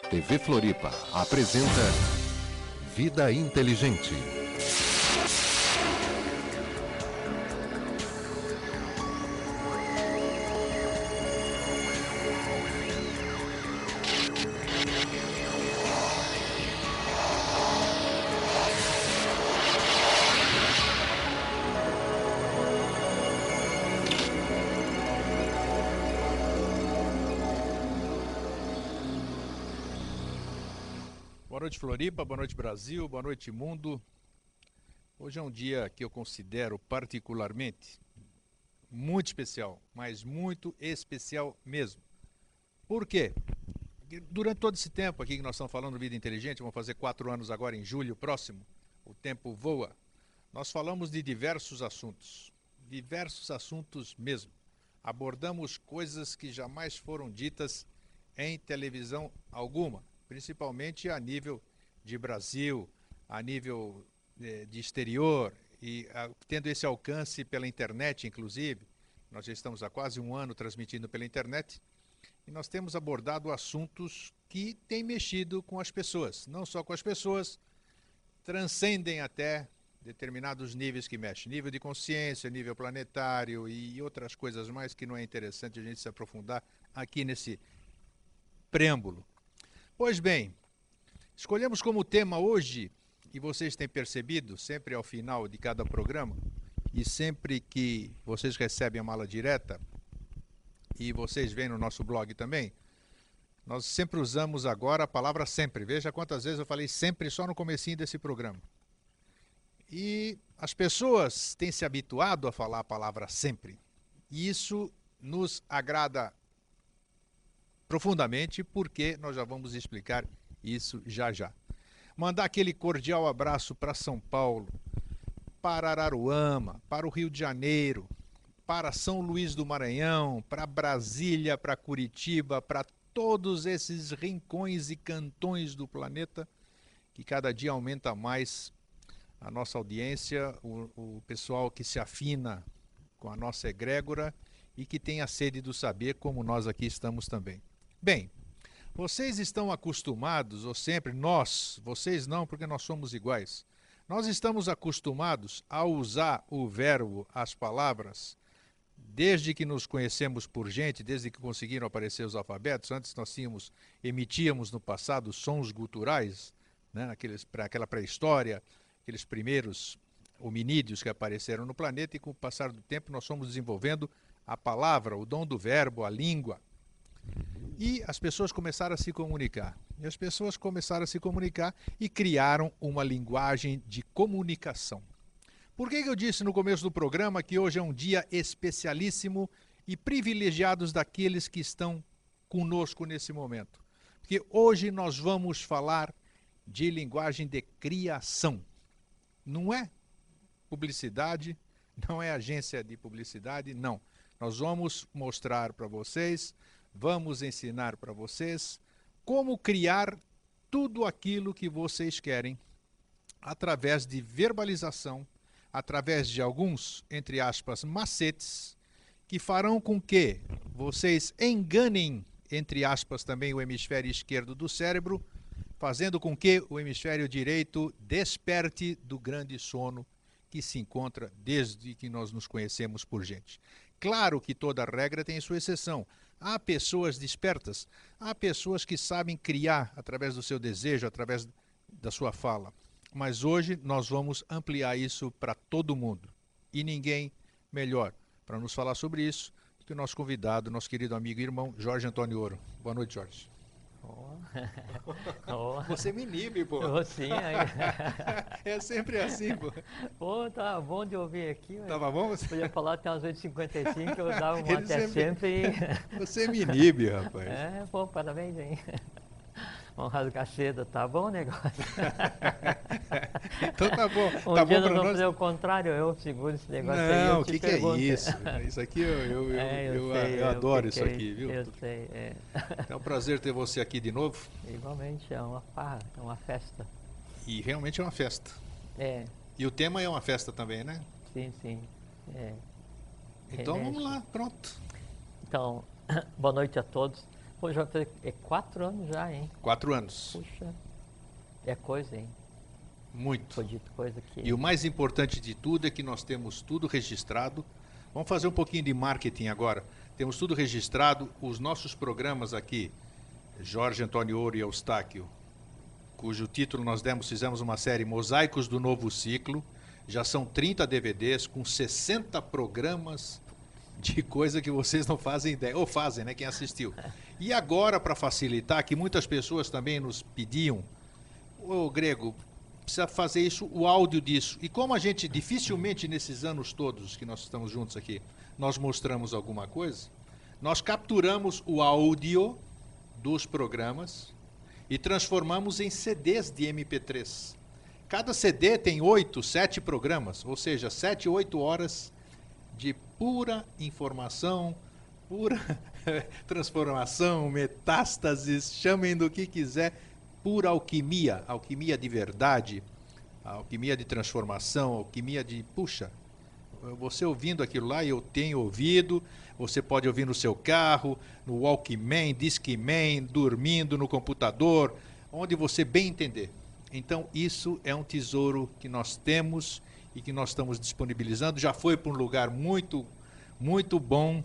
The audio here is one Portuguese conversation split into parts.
TV Floripa apresenta Vida Inteligente. Boa noite, Floripa, boa noite, Brasil, boa noite, mundo. Hoje é um dia que eu considero particularmente muito especial, mas muito especial mesmo. Por quê? Porque durante todo esse tempo aqui que nós estamos falando Vida Inteligente, vamos fazer 4 anos agora em julho próximo, o tempo voa, nós falamos de diversos assuntos mesmo. Abordamos coisas que jamais foram ditas em televisão alguma, principalmente a nível de Brasil, a nível de exterior, e tendo esse alcance pela internet, inclusive. Nós já estamos há quase um ano transmitindo pela internet, e nós temos abordado assuntos que têm mexido com as pessoas, não só com as pessoas, transcendem até determinados níveis que mexem, nível de consciência, nível planetário e outras coisas mais que não é interessante a gente se aprofundar aqui nesse preâmbulo. Pois bem, escolhemos como tema hoje, e vocês têm percebido, sempre ao final de cada programa, e sempre que vocês recebem a mala direta, e vocês veem no nosso blog também, nós sempre usamos agora a palavra sempre. Veja quantas vezes eu falei sempre só no comecinho desse programa. E as pessoas têm se habituado a falar a palavra sempre. E isso nos agrada profundamente, porque nós já vamos explicar isso já já. Mandar aquele cordial abraço para São Paulo, para Araruama, para o Rio de Janeiro, para São Luís do Maranhão, para Brasília, para Curitiba, para todos esses rincões e cantões do planeta, que cada dia aumenta mais a nossa audiência, o pessoal que se afina com a nossa egrégora e que tem a sede do saber, como nós aqui estamos também. Bem, vocês estão acostumados, ou sempre, vocês não, porque nós somos iguais. Nós estamos acostumados a usar o verbo, as palavras, desde que nos conhecemos por gente, desde que conseguiram aparecer os alfabetos. Antes nós emitíamos no passado sons guturais, né, aquela pré-história, aqueles primeiros hominídeos que apareceram no planeta, e com o passar do tempo nós fomos desenvolvendo a palavra, o dom do verbo, a língua. E as pessoas começaram a se comunicar. E as pessoas começaram a se comunicar e criaram uma linguagem de comunicação. Por que eu disse no começo do programa que hoje é um dia especialíssimo e privilegiados daqueles que estão conosco nesse momento? Porque hoje nós vamos falar de linguagem de criação. Não é publicidade, não é agência de publicidade, não. Nós vamos mostrar para vocês, vamos ensinar para vocês como criar tudo aquilo que vocês querem através de verbalização, através de alguns, entre aspas, macetes, que farão com que vocês enganem, entre aspas, também o hemisfério esquerdo do cérebro, fazendo com que o hemisfério direito desperte do grande sono que se encontra desde que nós nos conhecemos por gente. Claro que toda regra tem sua exceção. Há pessoas despertas, há pessoas que sabem criar através do seu desejo, através da sua fala. Mas hoje nós vamos ampliar isso para todo mundo. E ninguém melhor para nos falar sobre isso do que o nosso convidado, nosso querido amigo e irmão, Jorge Antônio Ouro. Boa noite, Jorge. Oh. Você me inibe, pô. Sim, É sempre assim, pô. Pô, tá bom de ouvir aqui. Tava bom? Você podia falar até umas 8h55, eu dava um até sempre. Você me inibe, rapaz. Pô, parabéns aí. Vamos rasgar cedo, tá bom o negócio? Então tá bom. Um tá dia bom não vou nós... fazer o contrário, eu seguro esse negócio aí. Não, o que é isso? Isso aqui eu adoro isso aqui, viu? Eu sei, É um prazer ter você aqui de novo. Igualmente, é uma farra, é uma festa. E realmente é uma festa. E o tema é uma festa também, né? Sim. Então vamos lá, pronto. Então, boa noite a todos. Pô, já é 4 anos já, hein? 4 anos. Puxa, é coisa, hein? Muito. Foi dito coisa que... E o mais importante de tudo é que nós temos tudo registrado. Vamos fazer um pouquinho de marketing agora. Temos tudo registrado, os nossos programas aqui, Jorge Antônio Ouro e Eustáquio, cujo título nós fizemos uma série Mosaicos do Novo Ciclo. Já são 30 DVDs com 60 programas de coisa que vocês não fazem ideia. Ou fazem, né? Quem assistiu. E agora, para facilitar, que muitas pessoas também nos pediam, ô Grego, precisa fazer isso, o áudio disso. E como a gente dificilmente nesses anos todos que nós estamos juntos aqui, nós mostramos alguma coisa, nós capturamos o áudio dos programas e transformamos em CDs de MP3. Cada CD tem 8, 7 programas, ou seja, 7, 8 horas de pura informação, pura transformação, metástases, chamem do que quiser, pura alquimia, alquimia de verdade, alquimia de transformação, alquimia de, puxa, você ouvindo aquilo lá, eu tenho ouvido, você pode ouvir no seu carro, no Walkman, Discman, dormindo no computador, onde você bem entender. Então isso é um tesouro que nós temos e que nós estamos disponibilizando. Já foi para um lugar muito, muito bom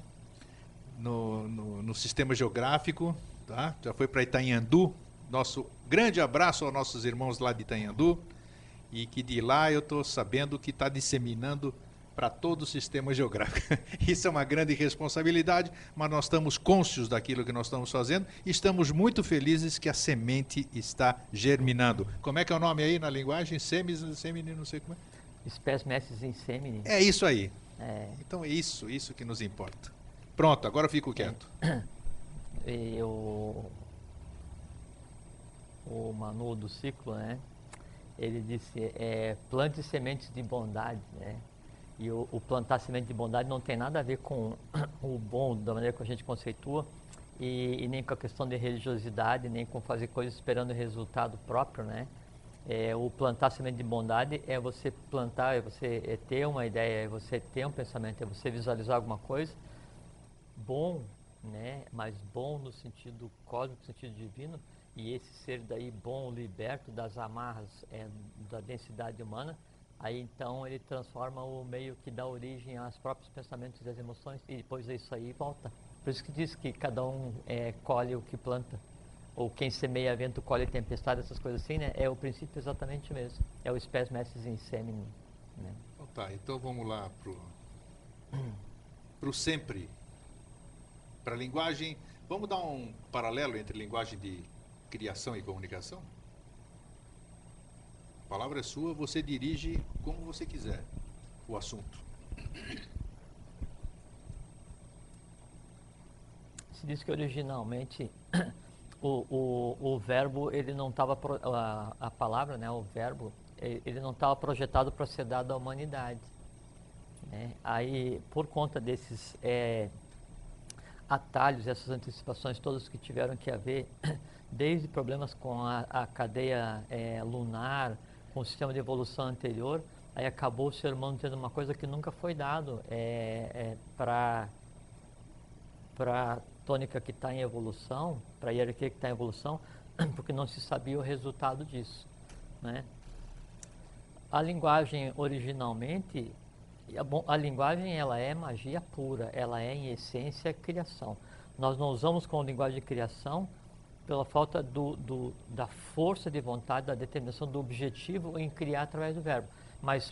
no sistema geográfico, tá? Já foi para Itanhandu. Nosso grande abraço aos nossos irmãos lá de Itanhandu, e que de lá eu estou sabendo que está disseminando para todo o sistema geográfico. Isso é uma grande responsabilidade, mas nós estamos cônscios daquilo que nós estamos fazendo e estamos muito felizes que a semente está germinando. Como é que é o nome aí na linguagem? Semine, não sei como é. Spes mestres in semine. É isso aí. É. Então é isso que nos importa. Pronto, agora eu fico quieto. E o Manu do Ciclo, né? Ele disse, plante sementes de bondade, né? E o plantar semente de bondade não tem nada a ver com o bom, da maneira que a gente conceitua, e nem com a questão de religiosidade, nem com fazer coisas esperando resultado próprio, né? O plantar semente de bondade é você plantar, é você ter uma ideia, é você ter um pensamento, é você visualizar alguma coisa bom, né? Mas bom no sentido cósmico, no sentido divino, e esse ser daí bom, liberto das amarras da densidade humana. Aí então ele transforma o meio que dá origem aos próprios pensamentos e às emoções, e depois isso aí volta. Por isso que diz que cada um colhe o que planta, ou quem semeia vento colhe tempestade, essas coisas assim, né? É o princípio exatamente mesmo. É o spes mestres in semine, né? Tá, então vamos lá pro sempre. Para a linguagem, vamos dar um paralelo entre linguagem de criação e comunicação? A palavra é sua, você dirige como você quiser o assunto. Se diz que originalmente o verbo, ele não estava, a palavra, né, o verbo, ele não estava projetado para ser dado à humanidade, né? Aí, por conta desses atalhos, essas antecipações todas que tiveram que haver, desde problemas com a cadeia lunar, com o sistema de evolução anterior, aí acabou o ser humano tendo uma coisa que nunca foi dado para a tônica que está em evolução, para a hierarquia que está em evolução, porque não se sabia o resultado disso, né? A linguagem originalmente, a linguagem ela é magia pura, ela é em essência criação. Nós não usamos como linguagem de criação pela falta da força de vontade, da determinação do objetivo em criar através do verbo. Mas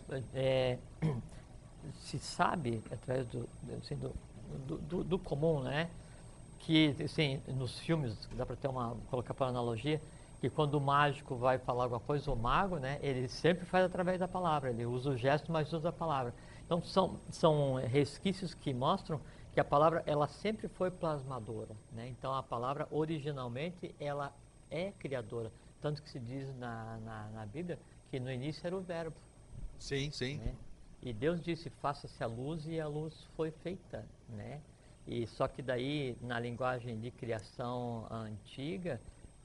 se sabe, através do comum, né? Que, assim, nos filmes, dá para colocar para analogia, que quando o mágico vai falar alguma coisa, o mago, né? Ele sempre faz através da palavra, ele usa o gesto, mas usa a palavra. Então, são resquícios que mostram que a palavra, ela sempre foi plasmadora, né? Então, a palavra, originalmente, ela é criadora. Tanto que se diz na Bíblia que no início era o verbo. Sim, sim. Né? E Deus disse, faça-se a luz, e a luz foi feita, né? E só que daí, na linguagem de criação antiga,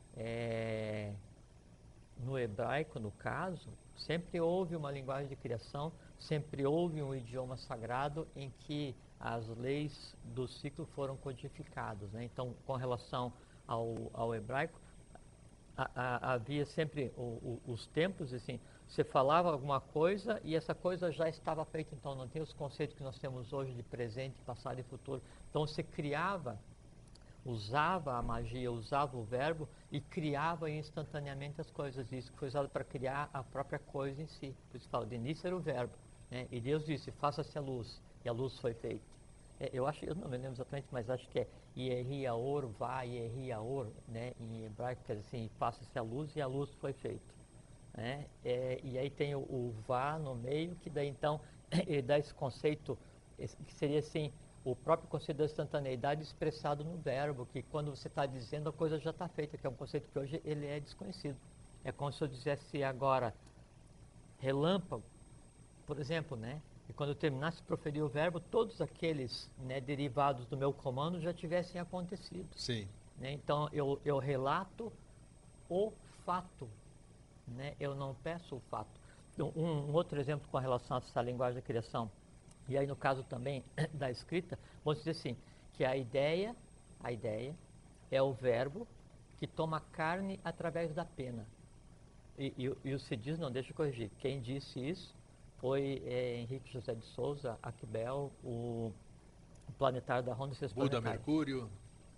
no hebraico, no caso, sempre houve uma linguagem de criação, sempre houve um idioma sagrado em que as leis do ciclo foram codificadas, né? Então, com relação ao hebraico, havia sempre os tempos, assim, você falava alguma coisa e essa coisa já estava feita, então não tem os conceitos que nós temos hoje de presente, passado e futuro. Então você criava, usava a magia, usava o verbo e criava instantaneamente as coisas. Isso que foi usado para criar a própria coisa em si. Por isso que fala, de início era o verbo, né? E Deus disse, faça-se a luz, e a luz foi feita. Eu não me lembro exatamente, mas acho que é Yeriaor, Vá, Yeriaor, né? Em hebraico, quer dizer assim, faça-se a luz e a luz foi feita. Né? E aí tem o Vá no meio, que daí então ele dá esse conceito, que seria assim, o próprio conceito da instantaneidade expressado no verbo, que quando você está dizendo a coisa já está feita, que é um conceito que hoje ele é desconhecido. É como se eu dissesse agora, relâmpago, por exemplo, né? E quando eu terminasse de proferir o verbo, todos aqueles, né, derivados do meu comando já tivessem acontecido. Sim. Né? Então eu relato o fato, né? Eu não peço o fato. Então, um outro exemplo com relação a essa linguagem da criação, e aí no caso também da escrita, vamos dizer assim, que a ideia é o verbo que toma carne através da pena. E o Cid diz, não, deixa eu corrigir, quem disse isso foi Henrique José de Souza, Aquibel, o planetário da Ronda Buda, Mercúrio.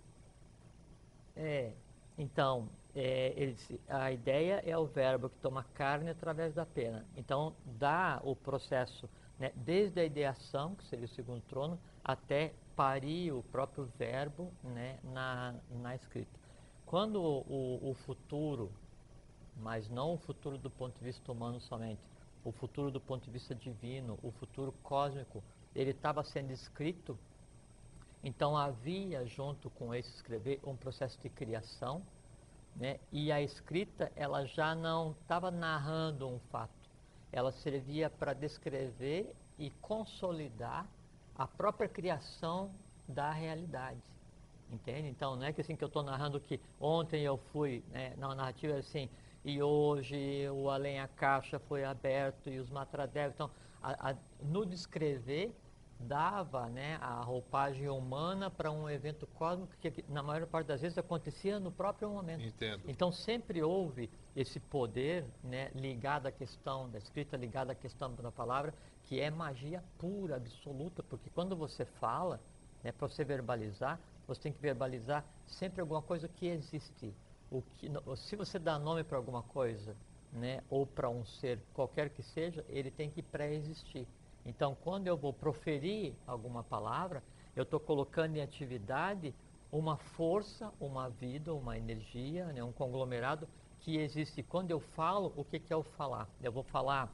Então, ele disse, a ideia é o verbo que toma carne através da pena. Então, dá o processo, né, desde a ideação, que seria o segundo trono, até parir o próprio verbo, né, na escrita. Quando o futuro, mas não o futuro do ponto de vista humano somente, o futuro do ponto de vista divino, o futuro cósmico, ele estava sendo escrito, então havia junto com esse escrever um processo de criação, né? E a escrita ela já não estava narrando um fato, ela servia para descrever e consolidar a própria criação da realidade, entende? Então não é que assim que eu estou narrando que ontem eu fui, né? Na narrativa é assim, e hoje o além-a-caixa foi aberto e os matradevos. Então, no descrever, dava, né, a roupagem humana para um evento cósmico que, na maior parte das vezes, acontecia no próprio momento. Entendo. Então, sempre houve esse poder, né, ligado à questão da escrita, ligado à questão da palavra, que é magia pura, absoluta, porque quando você fala, né, para você verbalizar, você tem que verbalizar sempre alguma coisa que existe. Se você dá nome para alguma coisa, né, ou para um ser qualquer que seja, ele tem que pré-existir. Então, quando eu vou proferir alguma palavra, eu estou colocando em atividade uma força, uma vida, uma energia, né, um conglomerado que existe. Quando eu falo, o que é o falar? Eu vou falar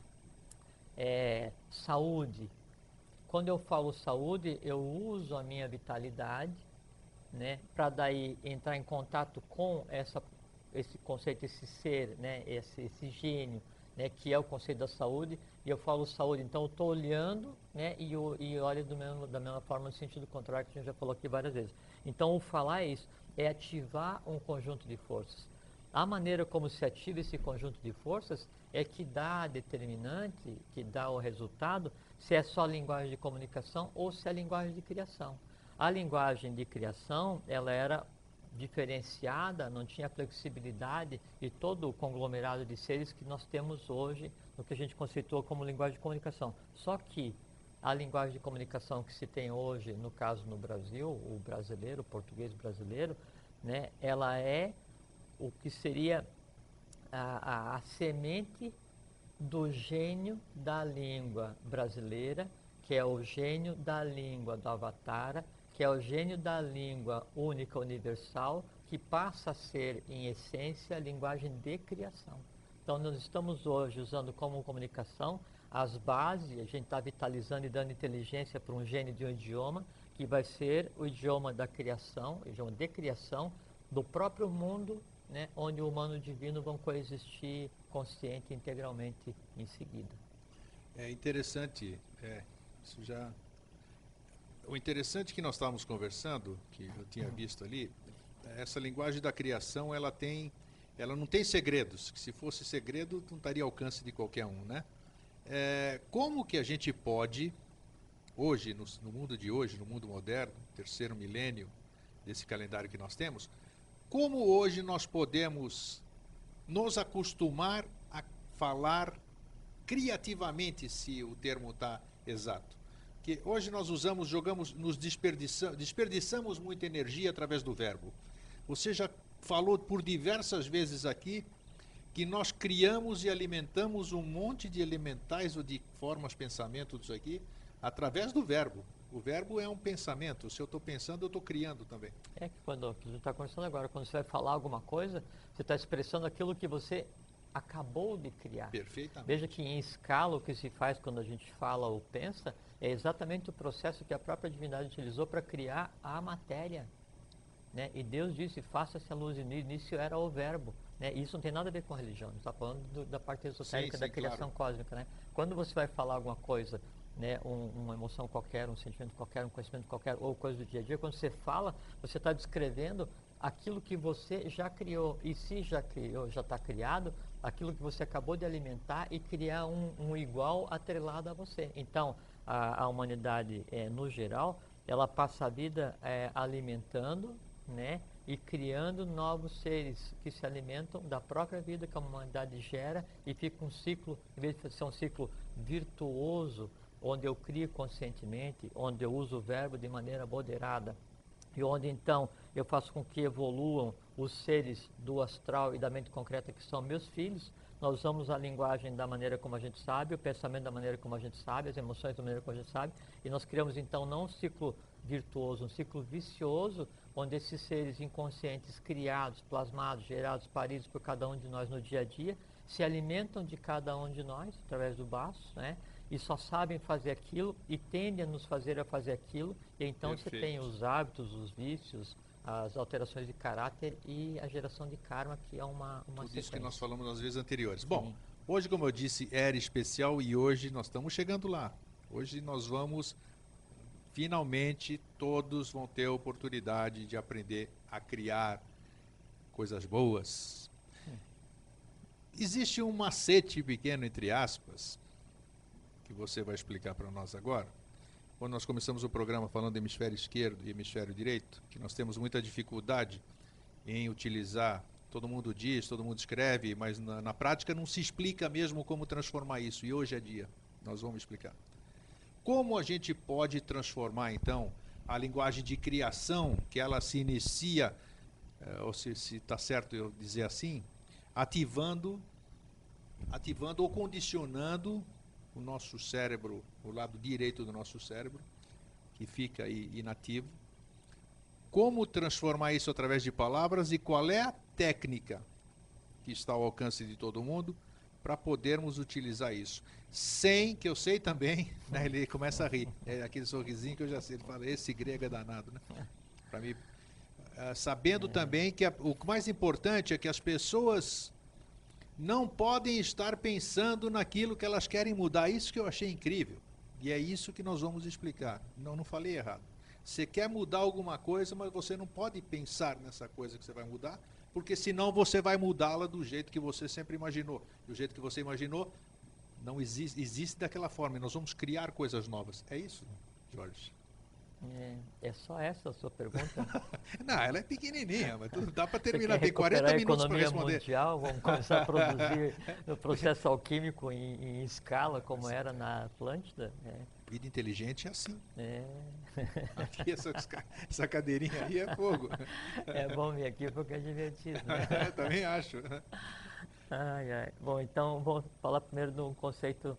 saúde. Quando eu falo saúde, eu uso a minha vitalidade, né, para daí entrar em contato com esse conceito, esse ser, né, esse gênio, né, que é o conceito da saúde, e eu falo saúde, então eu estou olhando, né, e olho da mesma forma no sentido contrário que a gente já falou aqui várias vezes. Então o falar é isso, é ativar um conjunto de forças. A maneira como se ativa esse conjunto de forças é que dá a determinante, que dá o resultado, se é só linguagem de comunicação ou se é linguagem de criação. A linguagem de criação, ela era diferenciada, não tinha flexibilidade de todo o conglomerado de seres que nós temos hoje, no que a gente conceitua como linguagem de comunicação. Só que a linguagem de comunicação que se tem hoje, no caso no Brasil, o brasileiro, o português brasileiro, né, ela é o que seria a semente do gênio da língua brasileira, que é o gênio da língua do Avatara, que é o gênio da língua única universal, que passa a ser, em essência, a linguagem de criação. Então, nós estamos hoje usando como comunicação as bases, a gente está vitalizando e dando inteligência para um gênio de um idioma, que vai ser o idioma da criação, o idioma de criação do próprio mundo, né, onde o humano e o divino vão coexistir consciente e integralmente em seguida. É interessante, isso já... O interessante que nós estávamos conversando, que eu tinha visto ali, essa linguagem da criação, ela não tem segredos, que se fosse segredo não estaria ao alcance de qualquer um, né? Como que a gente pode hoje, no mundo de hoje, no mundo moderno, terceiro milênio desse calendário que nós temos, como hoje nós podemos nos acostumar a falar criativamente, se o termo está exato? Que hoje nós usamos, jogamos, desperdiçamos muita energia através do verbo. Você já falou por diversas vezes aqui que nós criamos e alimentamos um monte de elementais ou de formas, pensamentos disso aqui, através do verbo. O verbo é um pensamento. Se eu estou pensando, eu estou criando também. É que quando a gente está conversando agora, quando você vai falar alguma coisa, você está expressando aquilo que você acabou de criar. Perfeitamente. Veja que em escala o que se faz quando a gente fala ou pensa é exatamente o processo que a própria divindade utilizou para criar a matéria. Né? E Deus disse, faça-se a luz, e no início era o verbo. Né? E isso não tem nada a ver com a religião, a gente está falando da parte esotérica da criação cósmica. Né? Quando você vai falar alguma coisa, né, uma emoção qualquer, um sentimento qualquer, um conhecimento qualquer, ou coisa do dia a dia, quando você fala, você está descrevendo aquilo que você já criou. E se já criou, já está criado, aquilo que você acabou de alimentar e criar um igual atrelado a você. Então, a humanidade, no geral, ela passa a vida alimentando, né, e criando novos seres que se alimentam da própria vida que a humanidade gera, e fica um ciclo, em vez de ser um ciclo virtuoso, onde eu crio conscientemente, onde eu uso o verbo de maneira moderada, e onde então eu faço com que evoluam os seres do astral e da mente concreta, que são meus filhos. Nós usamos a linguagem da maneira como a gente sabe, o pensamento da maneira como a gente sabe, as emoções da maneira como a gente sabe, e nós criamos então não um ciclo virtuoso, um ciclo vicioso, onde esses seres inconscientes criados, plasmados, gerados, paridos por cada um de nós no dia a dia, se alimentam de cada um de nós, através do baço, né? E só sabem fazer aquilo e tendem a nos fazer a fazer aquilo, e então Perfeito. você tem os hábitos, os vícios, as alterações de caráter e a geração de karma, que é uma Tudo sequência. isso que nós falamos nas vezes anteriores. Sim. Bom, hoje, como eu disse, era especial e hoje nós estamos chegando lá. Hoje nós vamos, finalmente, todos vão ter a oportunidade de aprender a criar coisas boas. Existe um macete pequeno, entre aspas, que você vai explicar para nós agora. Quando nós começamos o programa falando do hemisfério esquerdo e hemisfério direito, que nós temos muita dificuldade em utilizar, todo mundo diz, todo mundo escreve, mas na prática não se explica mesmo como transformar isso, e hoje é dia, nós vamos explicar. Como a gente pode transformar, então, a linguagem de criação, que ela se inicia, ou se está certo eu dizer assim, ativando ou condicionando o nosso cérebro, o lado direito do nosso cérebro, que fica aí inativo. Como transformar isso através de palavras e qual é a técnica que está ao alcance de todo mundo para podermos utilizar isso? Sem, que eu sei também, né, ele começa a rir, é aquele sorrisinho que eu já sei, ele fala, esse grego é danado, né? Para mim, sabendo também que o mais importante é que as pessoas não podem estar pensando naquilo que elas querem mudar. Isso que eu achei incrível. E é isso que nós vamos explicar. Não falei errado. Você quer mudar alguma coisa, mas você não pode pensar nessa coisa que você vai mudar, porque senão você vai mudá-la do jeito que você sempre imaginou. Do jeito que você imaginou, não existe daquela forma. E nós vamos criar coisas novas. É isso, Jorge? É só essa a sua pergunta? Não, ela é pequenininha, mas tudo dá para Você terminar. quer Tem 40 minutos para recuperar a economia responder. mundial? Vamos começar a produzir no processo alquímico em escala, como era na Atlântida? Vida inteligente é assim. É. Aqui essa cadeirinha aí é fogo. É bom vir aqui porque é divertido, né? Também acho. Ai, ai. Bom, então vou falar primeiro de um conceito,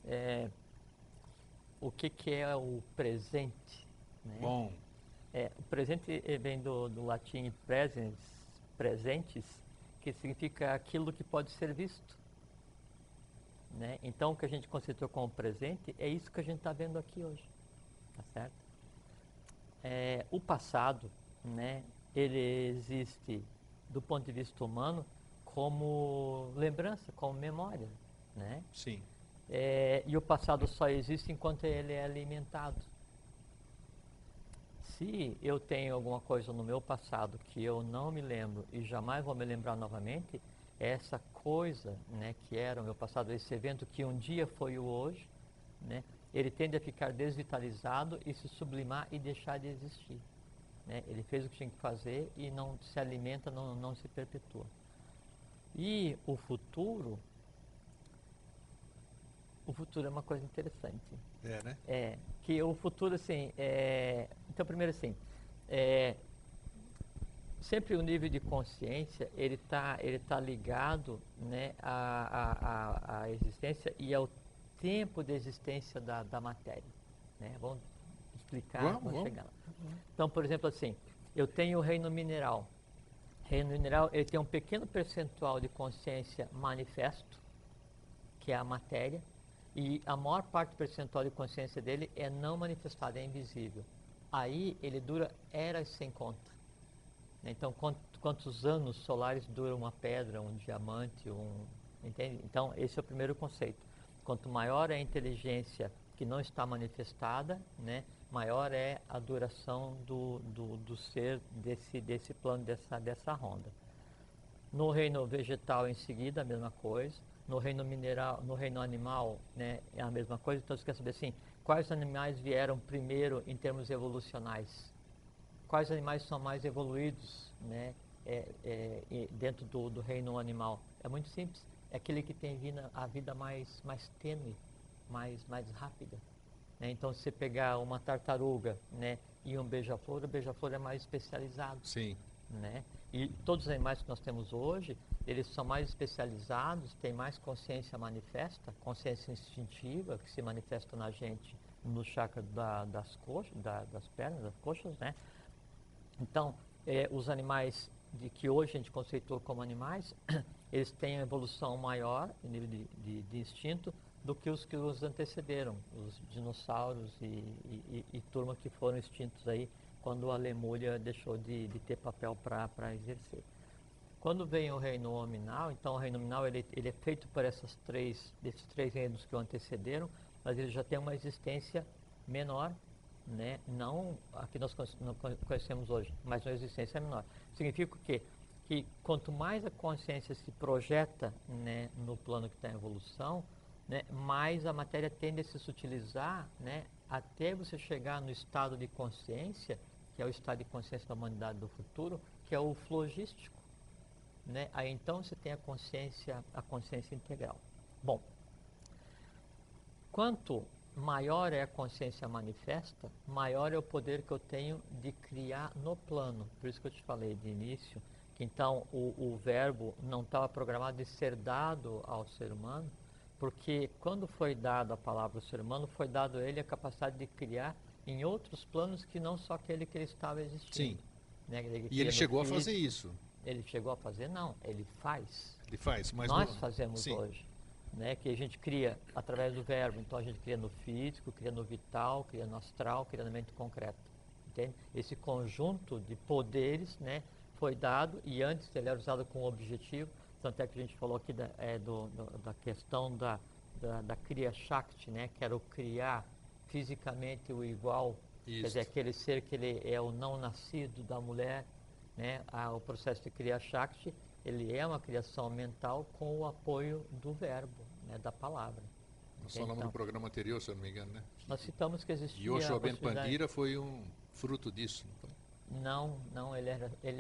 o que é o presente, né? Bom, O presente vem do latim presens, presentes, que significa aquilo que pode ser visto, né? Então, o que a gente conceitou como presente é isso que a gente está vendo aqui hoje, tá certo? O passado, né, ele existe do ponto de vista humano como lembrança, como memória, né? sim. E o passado só existe enquanto ele é alimentado. Se eu tenho alguma coisa no meu passado que eu não me lembro e jamais vou me lembrar novamente, essa coisa, né, que era o meu passado, esse evento que um dia foi o hoje, né, ele tende a ficar desvitalizado e se sublimar e deixar de existir. Né? Ele fez o que tinha que fazer e não se alimenta, não se perpetua. E o futuro é uma coisa interessante. É, né? Que o futuro, assim, então primeiro assim, sempre o nível de consciência, ele tá ligado, né, à existência e ao tempo de existência da matéria. Né? Vamos explicar, vamos chegar lá. Então, por exemplo, assim, eu tenho o reino mineral. O reino mineral, ele tem um pequeno percentual de consciência manifesto, que é a matéria, e a maior parte do percentual de consciência dele é não manifestada, é invisível. Aí ele dura eras sem conta. Então, quantos anos solares dura uma pedra, um diamante, entende? Então, esse é o primeiro conceito. Quanto maior é a inteligência que não está manifestada, né, maior é a duração do ser desse plano, dessa ronda. No reino vegetal, em seguida, a mesma coisa. No reino mineral, no reino animal, né, é a mesma coisa. Então, você quer saber assim, quais animais vieram primeiro em termos evolucionais? Quais animais são mais evoluídos, né, dentro do reino animal? É muito simples. É aquele que tem a vida mais tênue, mais rápida. Né? Então, se você pegar uma tartaruga, né, e um beija-flor, o beija-flor é mais especializado. Sim. Né? E todos os animais que nós temos hoje, eles são mais especializados, têm mais consciência manifesta, consciência instintiva, que se manifesta na gente no chakra das coxas, das pernas, das coxas, né? Então, os animais que hoje a gente conceitua como animais, eles têm uma evolução maior em nível de instinto do que os antecederam, os dinossauros e turma que foram extintos aí quando a lemúria deixou de ter papel para exercer. Quando vem o reino nominal, então o reino nominal ele é feito por desses três reinos que o antecederam, mas ele já tem uma existência menor, né? Não a que nós conhecemos hoje, mas uma existência menor. Significa o quê? Que quanto mais a consciência se projeta, né, no plano que está em evolução, né, mais a matéria tende a se sutilizar, né, até você chegar no estado de consciência, que é o estado de consciência da humanidade do futuro, que é o flogístico. Né? Aí então você tem a consciência integral. Bom, quanto maior é a consciência manifesta, maior é o poder que eu tenho de criar no plano. Por isso que eu te falei de início, que então o verbo não estava programado de ser dado ao ser humano, porque quando foi dado a palavra ao ser humano, foi dado a ele a capacidade de criar em outros planos que não só aquele que ele estava existindo. Sim. Né? E ele chegou a fazer isso. Ele chegou a fazer? Não, ele faz. Ele faz, mas nós fazemos sim. hoje. Né? Que a gente cria através do verbo. Então a gente cria no físico, cria no vital, cria no astral, cria na mente concreta. Entende? Esse conjunto de poderes, né, foi dado e antes ele era usado com objetivo. Tanto é que a gente falou aqui da questão da Kriya Shakti, né, que era o criar fisicamente o igual. Isso. Quer dizer, aquele ser que ele é o não nascido da mulher. Né, o processo de Kriya Shakti, ele é uma criação mental com o apoio do verbo, né, da palavra. Nós falamos no programa anterior, se eu não me engano, né? Nós citamos que existia Yoshoben Pandira foi um fruto disso, não foi? Não, ele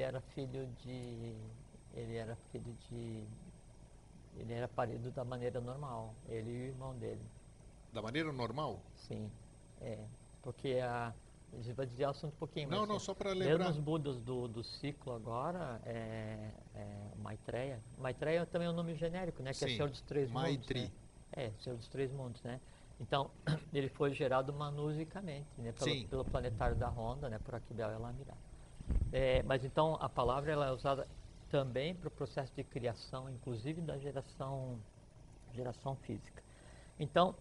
era parido da maneira normal, ele e o irmão dele. Da maneira normal? Sim, porque a gente vai dizer o assunto um pouquinho. Não, só para lembrar. Mesmo os Budas do ciclo agora, Maitreya. Maitreya também é um nome genérico, né? Que Sim, é Senhor dos Três Maitri. Mundos. Né? Senhor dos Três Mundos, né? Então, ele foi gerado manusicamente, né? Pelo planetário da Honda, né? Por Akibel e Alamirá. Mas então, a palavra ela é usada também para o processo de criação, inclusive da geração física. Então,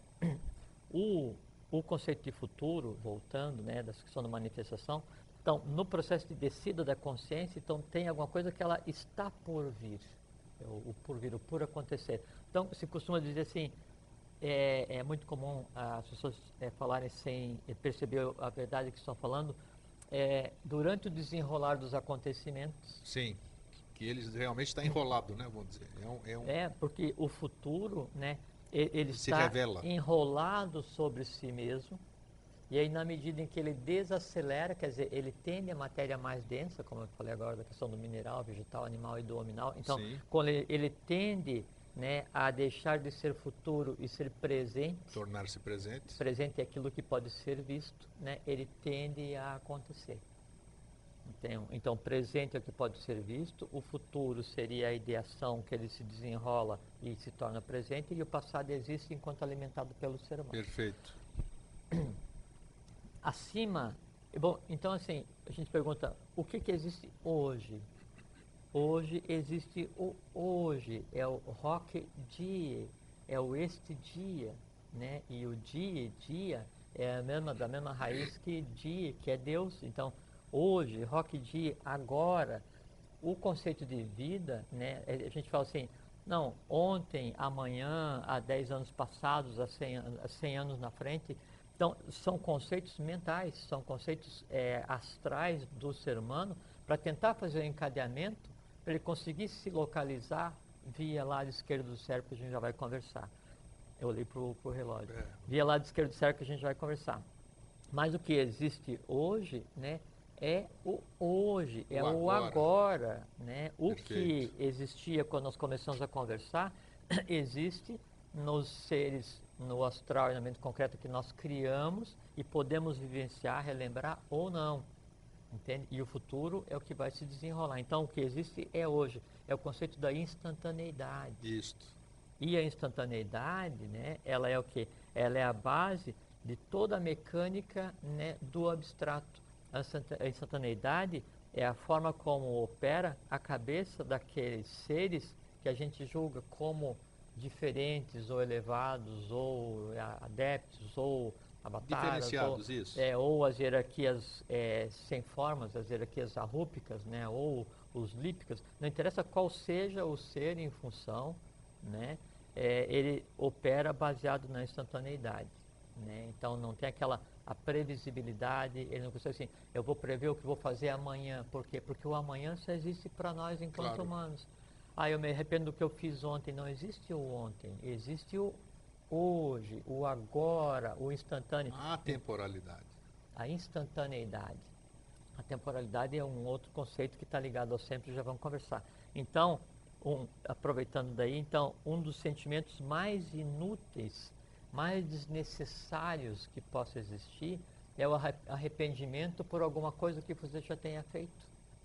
o conceito de futuro, voltando, né, da questão da manifestação, então, no processo de descida da consciência, então tem alguma coisa que ela está por vir, o por acontecer. Então, se costuma dizer assim, é muito comum as pessoas falarem sem perceber a verdade que estão falando, durante o desenrolar dos acontecimentos. Sim, que eles realmente está enrolado, né, vamos dizer. Porque o futuro, né, Ele Se está revela. enrolado sobre si mesmo, e aí na medida em que ele desacelera, quer dizer, ele tende a matéria mais densa, como eu falei agora da questão do mineral, vegetal, animal e do hominal. Então, Sim. quando ele tende, né, a deixar de ser futuro e ser presente, Tornar-se presente. presente é aquilo que pode ser visto, né, ele tende a acontecer. Então, presente é o que pode ser visto, o futuro seria a ideação que ele se desenrola e se torna presente, e o passado existe enquanto alimentado pelo ser humano. Perfeito. Acima, bom, então assim, a gente pergunta, o que existe hoje? Hoje existe o hoje, é o rock dia, é o este dia, né? E o dia é da mesma raiz que dia, que é Deus. Então, hoje, rock dia, agora, o conceito de vida, né? A gente fala assim, não, ontem, amanhã, há 10 anos passados, há 100 anos na frente. Então, são conceitos mentais, são conceitos astrais do ser humano para tentar fazer o encadeamento, para ele conseguir se localizar via lado esquerdo do cérebro, que a gente já vai conversar. Eu olhei para o relógio. Via lado esquerdo do cérebro, que a gente vai conversar. Mas o que existe hoje, né, é o hoje, é o agora, né? O que existia quando nós começamos a conversar, existe nos seres, no astral e na mente concreta que nós criamos e podemos vivenciar, relembrar ou não. Entende? E o futuro é o que vai se desenrolar. Então, o que existe é hoje. É o conceito da instantaneidade. Isto. E a instantaneidade, né, ela é o quê? Ela é a base de toda a mecânica, né, do abstrato. A instantaneidade é a forma como opera a cabeça daqueles seres que a gente julga como diferentes ou elevados ou adeptos ou avatares, diferenciados, isso. Ou as hierarquias sem formas, as hierarquias arrúpicas, né, ou os lípicas, não interessa qual seja o ser em função, né, ele opera baseado na instantaneidade, né, então não tem a previsibilidade, ele não consegue assim, eu vou prever o que vou fazer amanhã, por quê? Porque o amanhã só existe para nós enquanto humanos. Eu me arrependo do que eu fiz ontem, não existe o ontem, existe o hoje, o agora, o instantâneo. A temporalidade. A instantaneidade. A temporalidade é um outro conceito que está ligado ao sempre, já vamos conversar. Então, aproveitando daí, então, um dos sentimentos mais inúteis, mais desnecessários que possa existir é o arrependimento por alguma coisa que você já tenha feito.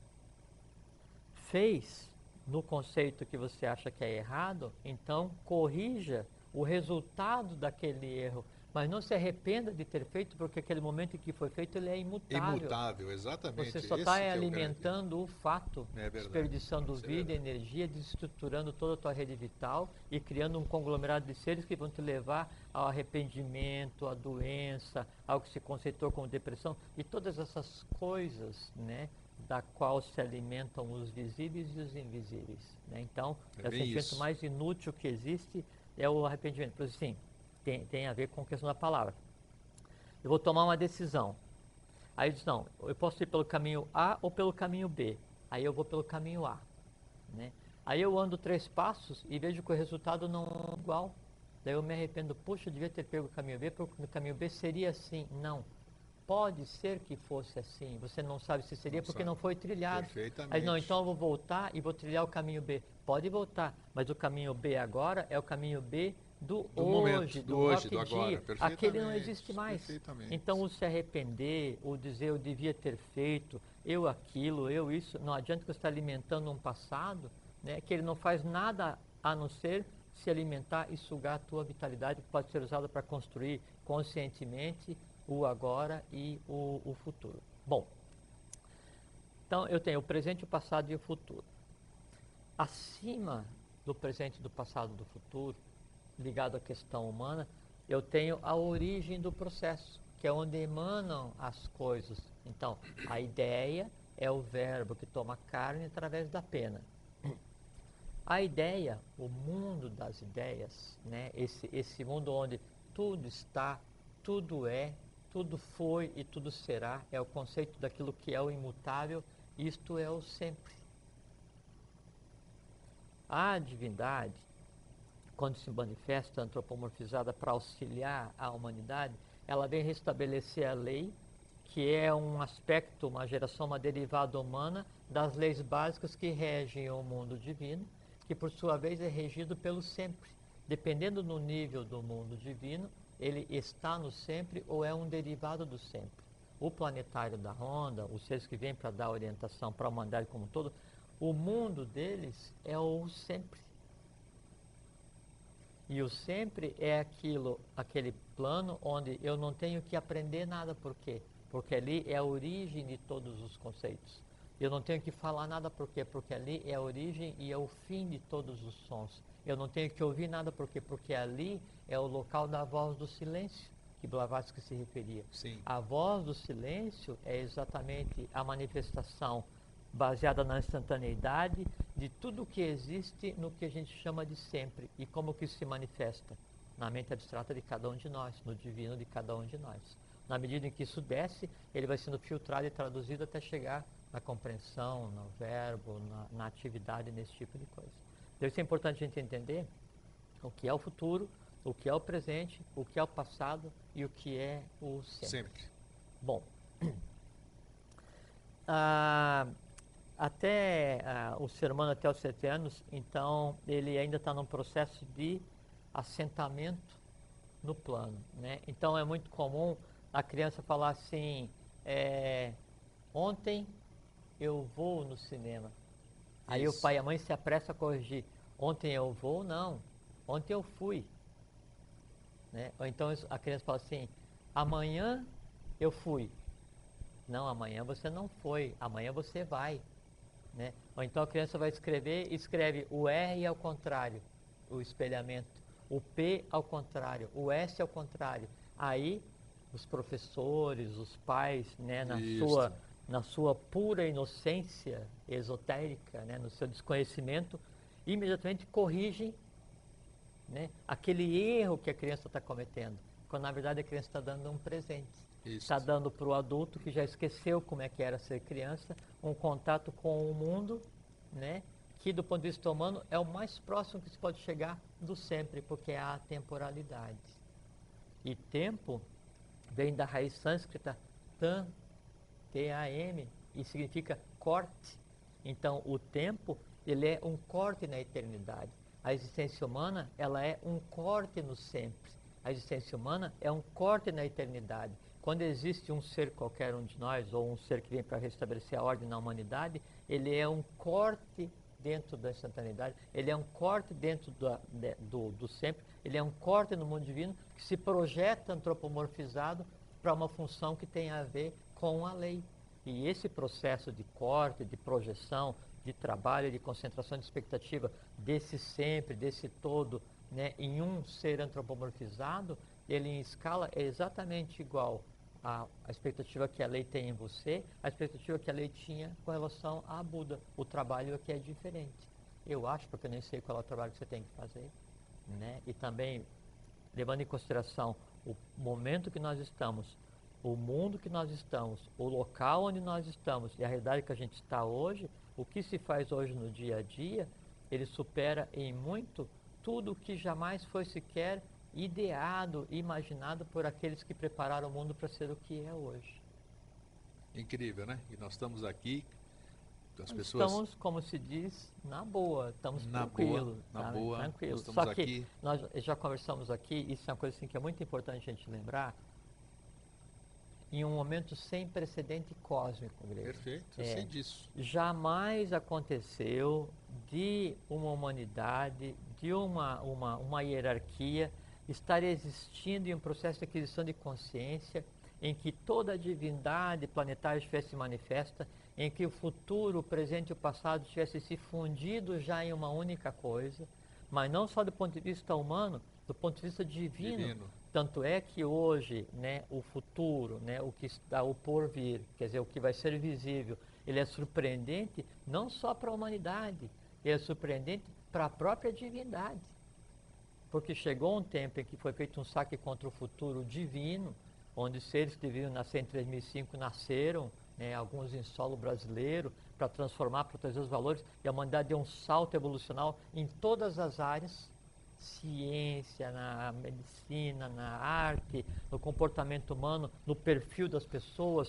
Fez no conceito que você acha que é errado, então corrija o resultado daquele erro, mas não se arrependa de ter feito, porque aquele momento em que foi feito ele é imutável. Imutável, exatamente. Você só está alimentando o fato, desperdiçando vida, energia, desestruturando toda a tua rede vital e criando um conglomerado de seres que vão te levar ao arrependimento, à doença, ao que se conceitou como depressão e todas essas coisas, né, da qual se alimentam os visíveis e os invisíveis, né? Então, o sentimento mais inútil que existe é o arrependimento. Por assim, tem a ver com a questão da palavra. Eu vou tomar uma decisão. Aí eu disse, não, eu posso ir pelo caminho A ou pelo caminho B. Aí eu vou pelo caminho A, né? Aí eu ando 3 passos e vejo que o resultado não é igual. Daí eu me arrependo, puxa, eu devia ter pego o caminho B, porque no caminho B seria assim. Não. Pode ser que fosse assim, você não sabe se seria porque não foi trilhado. Perfeitamente. Aí não, então eu vou voltar e vou trilhar o caminho B. Pode voltar, mas o caminho B agora é o caminho B do hoje, momento, do hoje, do agora. Aquele não existe mais. Então o se arrepender, o dizer eu devia ter feito, eu aquilo, eu isso, não adianta que você está alimentando um passado, né, que ele não faz nada a não ser se alimentar e sugar a tua vitalidade, que pode ser usada para construir conscientemente o agora e o futuro. Bom, então eu tenho o presente, o passado e o futuro. Acima do presente, do passado e do futuro, ligado à questão humana, eu tenho a origem do processo, que é onde emanam as coisas. Então, a ideia é o verbo que toma carne através da pena. A ideia, o mundo das ideias, né? Esse mundo onde tudo está, tudo é, tudo foi e tudo será, é o conceito daquilo que é o imutável, isto é o sempre. A divindade, quando se manifesta antropomorfizada para auxiliar a humanidade, ela vem restabelecer a lei, que é um aspecto, uma geração, uma derivada humana das leis básicas que regem o mundo divino, que por sua vez é regido pelo sempre. Dependendo do nível do mundo divino, ele está no sempre ou é um derivado do sempre. O planetário da Ronda, os seres que vêm para dar orientação para a humanidade como um todo, o mundo deles é o sempre. E o sempre é aquele plano onde eu não tenho que aprender nada. Por quê? Porque ali é a origem de todos os conceitos. Eu não tenho que falar nada. Por quê? Porque ali é a origem e é o fim de todos os sons. Eu não tenho que ouvir nada. Por quê? Porque ali é o local da voz do silêncio, que Blavatsky se referia. Sim. A voz do silêncio é exatamente a manifestação baseada na instantaneidade de tudo o que existe no que a gente chama de sempre. E como que isso se manifesta? Na mente abstrata de cada um de nós, no divino de cada um de nós. Na medida em que isso desce, ele vai sendo filtrado e traduzido até chegar na compreensão, no verbo, na atividade, nesse tipo de coisa. Então isso é importante a gente entender o que é o futuro, o que é o presente, o que é o passado e o que é o sempre. Bom, o ser humano até os 7 anos, então ele ainda está num processo de assentamento no plano, né? Então é muito comum a criança falar assim, ontem eu vou no cinema. Aí Isso. o pai e a mãe se apressam a corrigir, ontem eu vou, não, ontem eu fui. Né? Ou então a criança fala assim, amanhã eu fui. Não, amanhã você não foi, amanhã você vai. Né? Ou então a criança vai escreve o R ao contrário, o espelhamento, o P ao contrário, o S ao contrário. Aí os professores, os pais, né, na sua pura inocência esotérica, né, no seu desconhecimento, imediatamente corrigem, né, aquele erro que a criança está cometendo, quando na verdade a criança está dando um presente. Está dando para o adulto que já esqueceu como é que era ser criança, um contato com o mundo, né, que do ponto de vista humano é o mais próximo que se pode chegar do sempre, porque é a atemporalidade. E tempo vem da raiz sânscrita tam, T-A-M, e significa corte. Então o tempo, ele é um corte na eternidade. A existência humana, ela é um corte no sempre. A existência humana é um corte na eternidade. Quando existe um ser, qualquer um de nós, ou um ser que vem para restabelecer a ordem na humanidade, ele é um corte dentro da instantaneidade, ele é um corte dentro do sempre, ele é um corte no mundo divino que se projeta antropomorfizado para uma função que tem a ver com a lei. E esse processo de corte, de projeção, de trabalho, de concentração de expectativa desse sempre, desse todo, né, em um ser antropomorfizado, ele em escala é exatamente igual à expectativa que a lei tem em você, a expectativa que a lei tinha com relação a Buda. O trabalho aqui é diferente. Eu acho, porque eu nem sei qual é o trabalho que você tem que fazer, né? E também, levando em consideração o momento que nós estamos, o mundo que nós estamos, o local onde nós estamos e a realidade que a gente está hoje, o que se faz hoje no dia a dia, ele supera em muito tudo o que jamais foi sequer ideado, imaginado por aqueles que prepararam o mundo para ser o que é hoje. Incrível, né? E nós estamos aqui, as pessoas... Estamos, como se diz, na boa, estamos na tranquilos. Na boa, tranquilo. Nós Só que aqui... nós já conversamos aqui, isso é uma coisa assim, que é muito importante a gente lembrar, em um momento sem precedente cósmico, Grego. Perfeito, eu sei disso. Jamais aconteceu de uma humanidade, de uma hierarquia, estar existindo em um processo de aquisição de consciência, em que toda a divindade planetária estivesse manifesta, em que o futuro, o presente e o passado tivessem se fundido já em uma única coisa, mas não só do ponto de vista humano, do ponto de vista divino. Tanto é que hoje, né, o futuro, né, o que está o porvir, quer dizer, o que vai ser visível, ele é surpreendente não só para a humanidade, ele é surpreendente para a própria divindade. Porque chegou um tempo em que foi feito um saque contra o futuro divino, onde seres que deviam nascer em 3005 nasceram, né, alguns em solo brasileiro, para transformar, para trazer os valores, e a humanidade deu um salto evolucional em todas as áreas, ciência, na medicina, na arte, no comportamento humano, no perfil das pessoas,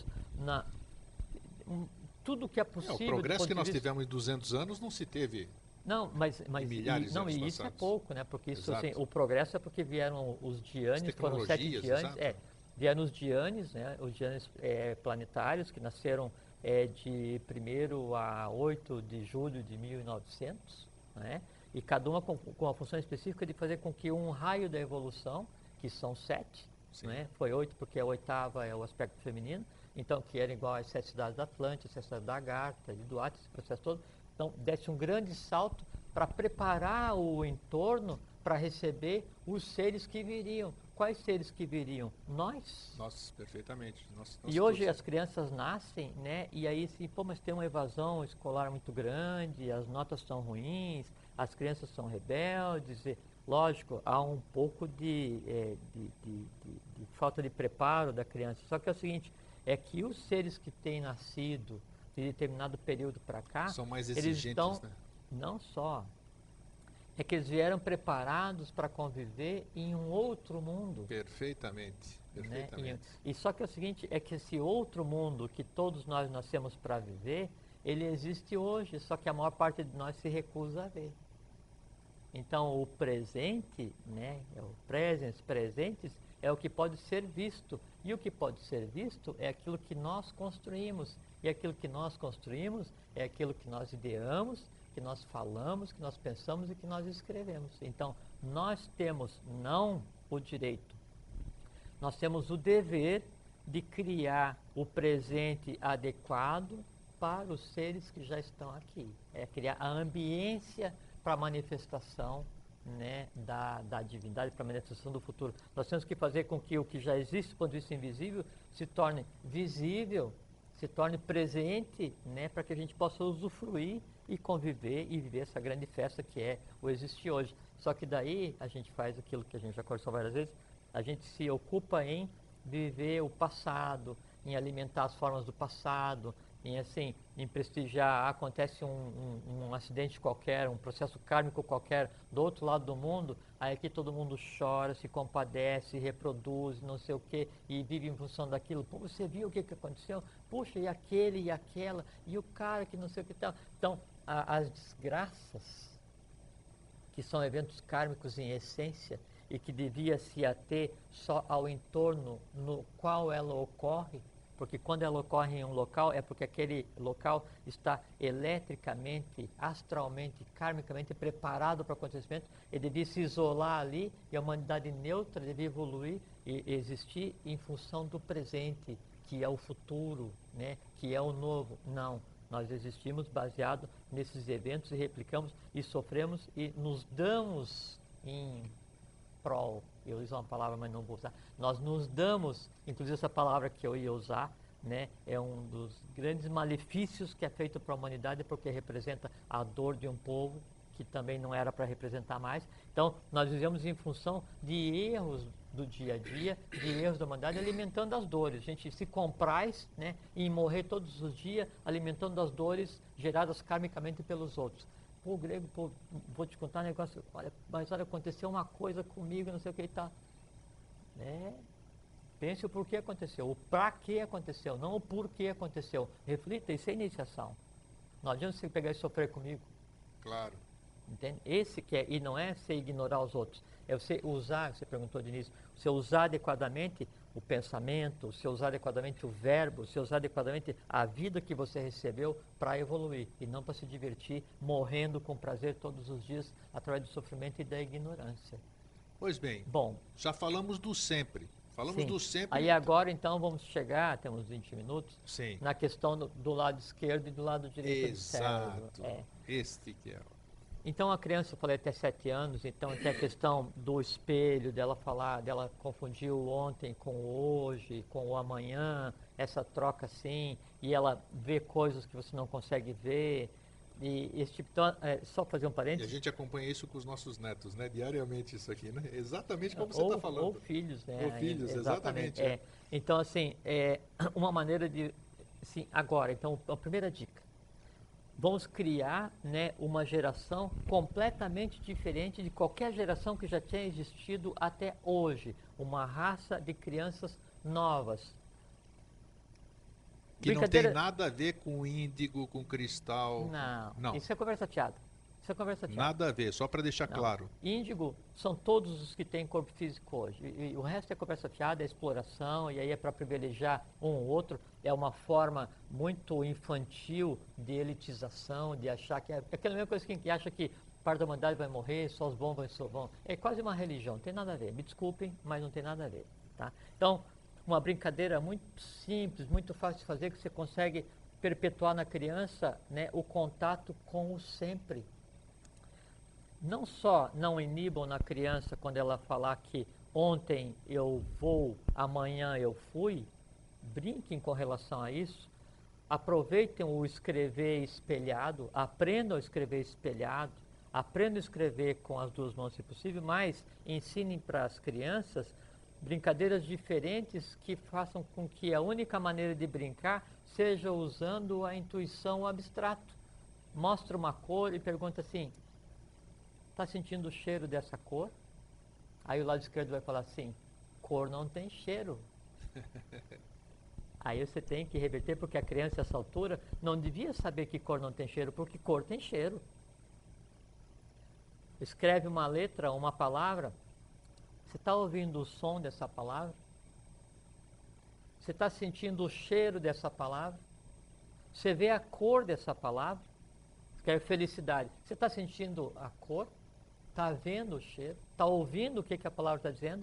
tudo que é O possível. progresso que nós tivemos em 200 anos não se teve não, mas milhares de anos e isso é passados. pouco, né? Porque isso, Exato. assim, o progresso é porque vieram os As Dianes, foram 7 tecnologias, Dianes, exato. vieram os Dianes, né? Os Dianes planetários que nasceram de 1º a 8 de julho de 1900, né? E cada uma com a função específica de fazer com que um raio da evolução, que são 7, né? Foi 8 porque a 8ª é o aspecto feminino, então que era igual às 7 cidades da Atlântida, 7 cidades da Agartha, de Duarte, esse processo todo. Então, desse um grande salto para preparar o entorno para receber os seres que viriam. Quais seres que viriam? Nós. Nós, perfeitamente. Nós E hoje todos. as crianças nascem, né? E aí, assim, pô, mas tem uma evasão escolar muito grande, as notas são ruins, as crianças são rebeldes. E, lógico, há um pouco de falta de preparo da criança. Só que é o seguinte, é que os seres que têm nascido de determinado período para cá, São mais eles exigentes, estão, né? não só, é que eles vieram preparados para conviver em um outro mundo. Perfeitamente, Né? perfeitamente. E só que é o seguinte, é que esse outro mundo que todos nós nascemos para viver, ele existe hoje, só que a maior parte de nós se recusa a ver. Então o presente, né, o presentes, é o que pode ser visto. E o que pode ser visto é aquilo que nós construímos. E aquilo que nós construímos é aquilo que nós ideamos, que nós falamos, que nós pensamos e que nós escrevemos. Então, nós temos não o direito, nós temos o dever de criar o presente adequado para os seres que já estão aqui. É criar a ambiência para a manifestação, né, da divindade, para a manifestação do futuro. Nós temos que fazer com que o que já existe, do ponto de vista invisível, se torne visível, se torne presente, né, para que a gente possa usufruir e conviver e viver essa grande festa que é o existir hoje. Só que daí a gente faz aquilo que a gente já conversou várias vezes, a gente se ocupa em viver o passado, em alimentar as formas do passado, em prestigiar, acontece um acidente qualquer, um processo kármico qualquer do outro lado do mundo, aí aqui todo mundo chora, se compadece, reproduz, não sei o quê, e vive em função daquilo. Pô, você viu o que aconteceu? Puxa, e aquele e aquela, e o cara que não sei o que tal. Então, as desgraças, que são eventos kármicos em essência, e que devia se ater só ao entorno no qual ela ocorre, porque quando ela ocorre em um local, é porque aquele local está eletricamente, astralmente, karmicamente preparado para o acontecimento, ele devia se isolar ali e a humanidade neutra devia evoluir e existir em função do presente, que é o futuro, né? Que é o novo. Não, nós existimos baseado nesses eventos e replicamos e sofremos e nos damos em prol, eu uso uma palavra, mas não vou usar, nós nos damos, inclusive essa palavra que eu ia usar, né, é um dos grandes malefícios que é feito para a humanidade, porque representa a dor de um povo que também não era para representar mais. Então, nós vivemos em função de erros do dia a dia, de erros da humanidade, alimentando as dores. A gente se compraz, né, em morrer todos os dias, alimentando as dores geradas karmicamente pelos outros. Pô, Grego, pô, vou te contar um negócio, olha, mas olha, aconteceu uma coisa comigo, não sei o que e tal. Pense o porquê aconteceu, o para que aconteceu, não o porquê aconteceu. Reflita, isso é iniciação. Não adianta você pegar e sofrer comigo. Claro. Entende? Esse que é, e não é você ignorar os outros, é você usar, você perguntou de início, você usar adequadamente o pensamento, você usar adequadamente o verbo, você usar adequadamente a vida que você recebeu para evoluir e não para se divertir morrendo com prazer todos os dias através do sofrimento e da ignorância. Pois bem, Bom, já falamos do sempre. Falamos sim. do sempre. Aí agora então vamos chegar, temos 20 minutos, Sim. na questão do lado esquerdo e do lado direito do cérebro. Exato. Este que é. Então a criança, eu falei até 7 anos, então tem a questão do espelho, dela falar, dela confundir o ontem com o hoje, com o amanhã, essa troca assim, e ela vê coisas que você não consegue ver, e esse tipo, então, só fazer um E a parênteses. gente acompanha isso com os nossos netos, né? Diariamente isso aqui, né? Exatamente como você está falando. Ou filhos, né? Ou filhos, exatamente. Então, assim, uma maneira de... Sim, agora, então, a primeira dica. vamos criar, né, uma geração completamente diferente de qualquer geração que já tenha existido até hoje. Uma raça de crianças novas. Que não tem nada a ver com índigo, com cristal. Não, isso é conversa fiada. Isso é conversa fiada. Nada a ver, só para deixar claro. Índigo são todos os que têm corpo físico hoje. E o resto é conversa fiada, é exploração, e aí é para privilegiar um ou outro. É uma forma muito infantil de elitização, de achar que... É aquela mesma coisa que acha que parte da humanidade vai morrer, só os bons vão... É quase uma religião, não tem nada a ver. Me desculpem, mas não tem nada a ver. Tá? Então, uma brincadeira muito simples, muito fácil de fazer, que você consegue perpetuar na criança, né, o contato com o sempre. Não só não inibam na criança quando ela falar que ontem eu vou, amanhã eu fui, brinquem com relação a isso, aproveitem o escrever espelhado, aprendam a escrever espelhado, aprendam a escrever com as duas mãos se possível, mas ensinem para as crianças brincadeiras diferentes que façam com que a única maneira de brincar seja usando a intuição, o abstrato. Mostra uma cor e pergunta assim: está sentindo o cheiro dessa cor? Aí o lado esquerdo vai falar assim: cor não tem cheiro. Aí você tem que reverter, porque a criança, a essa altura, não devia saber que cor não tem cheiro, porque cor tem cheiro. Escreve uma letra, uma palavra. Você está ouvindo o som dessa palavra? Você está sentindo o cheiro dessa palavra? Você vê a cor dessa palavra? Escreve felicidade. Você está sentindo a cor? Está vendo o cheiro? Está ouvindo o que a palavra está dizendo?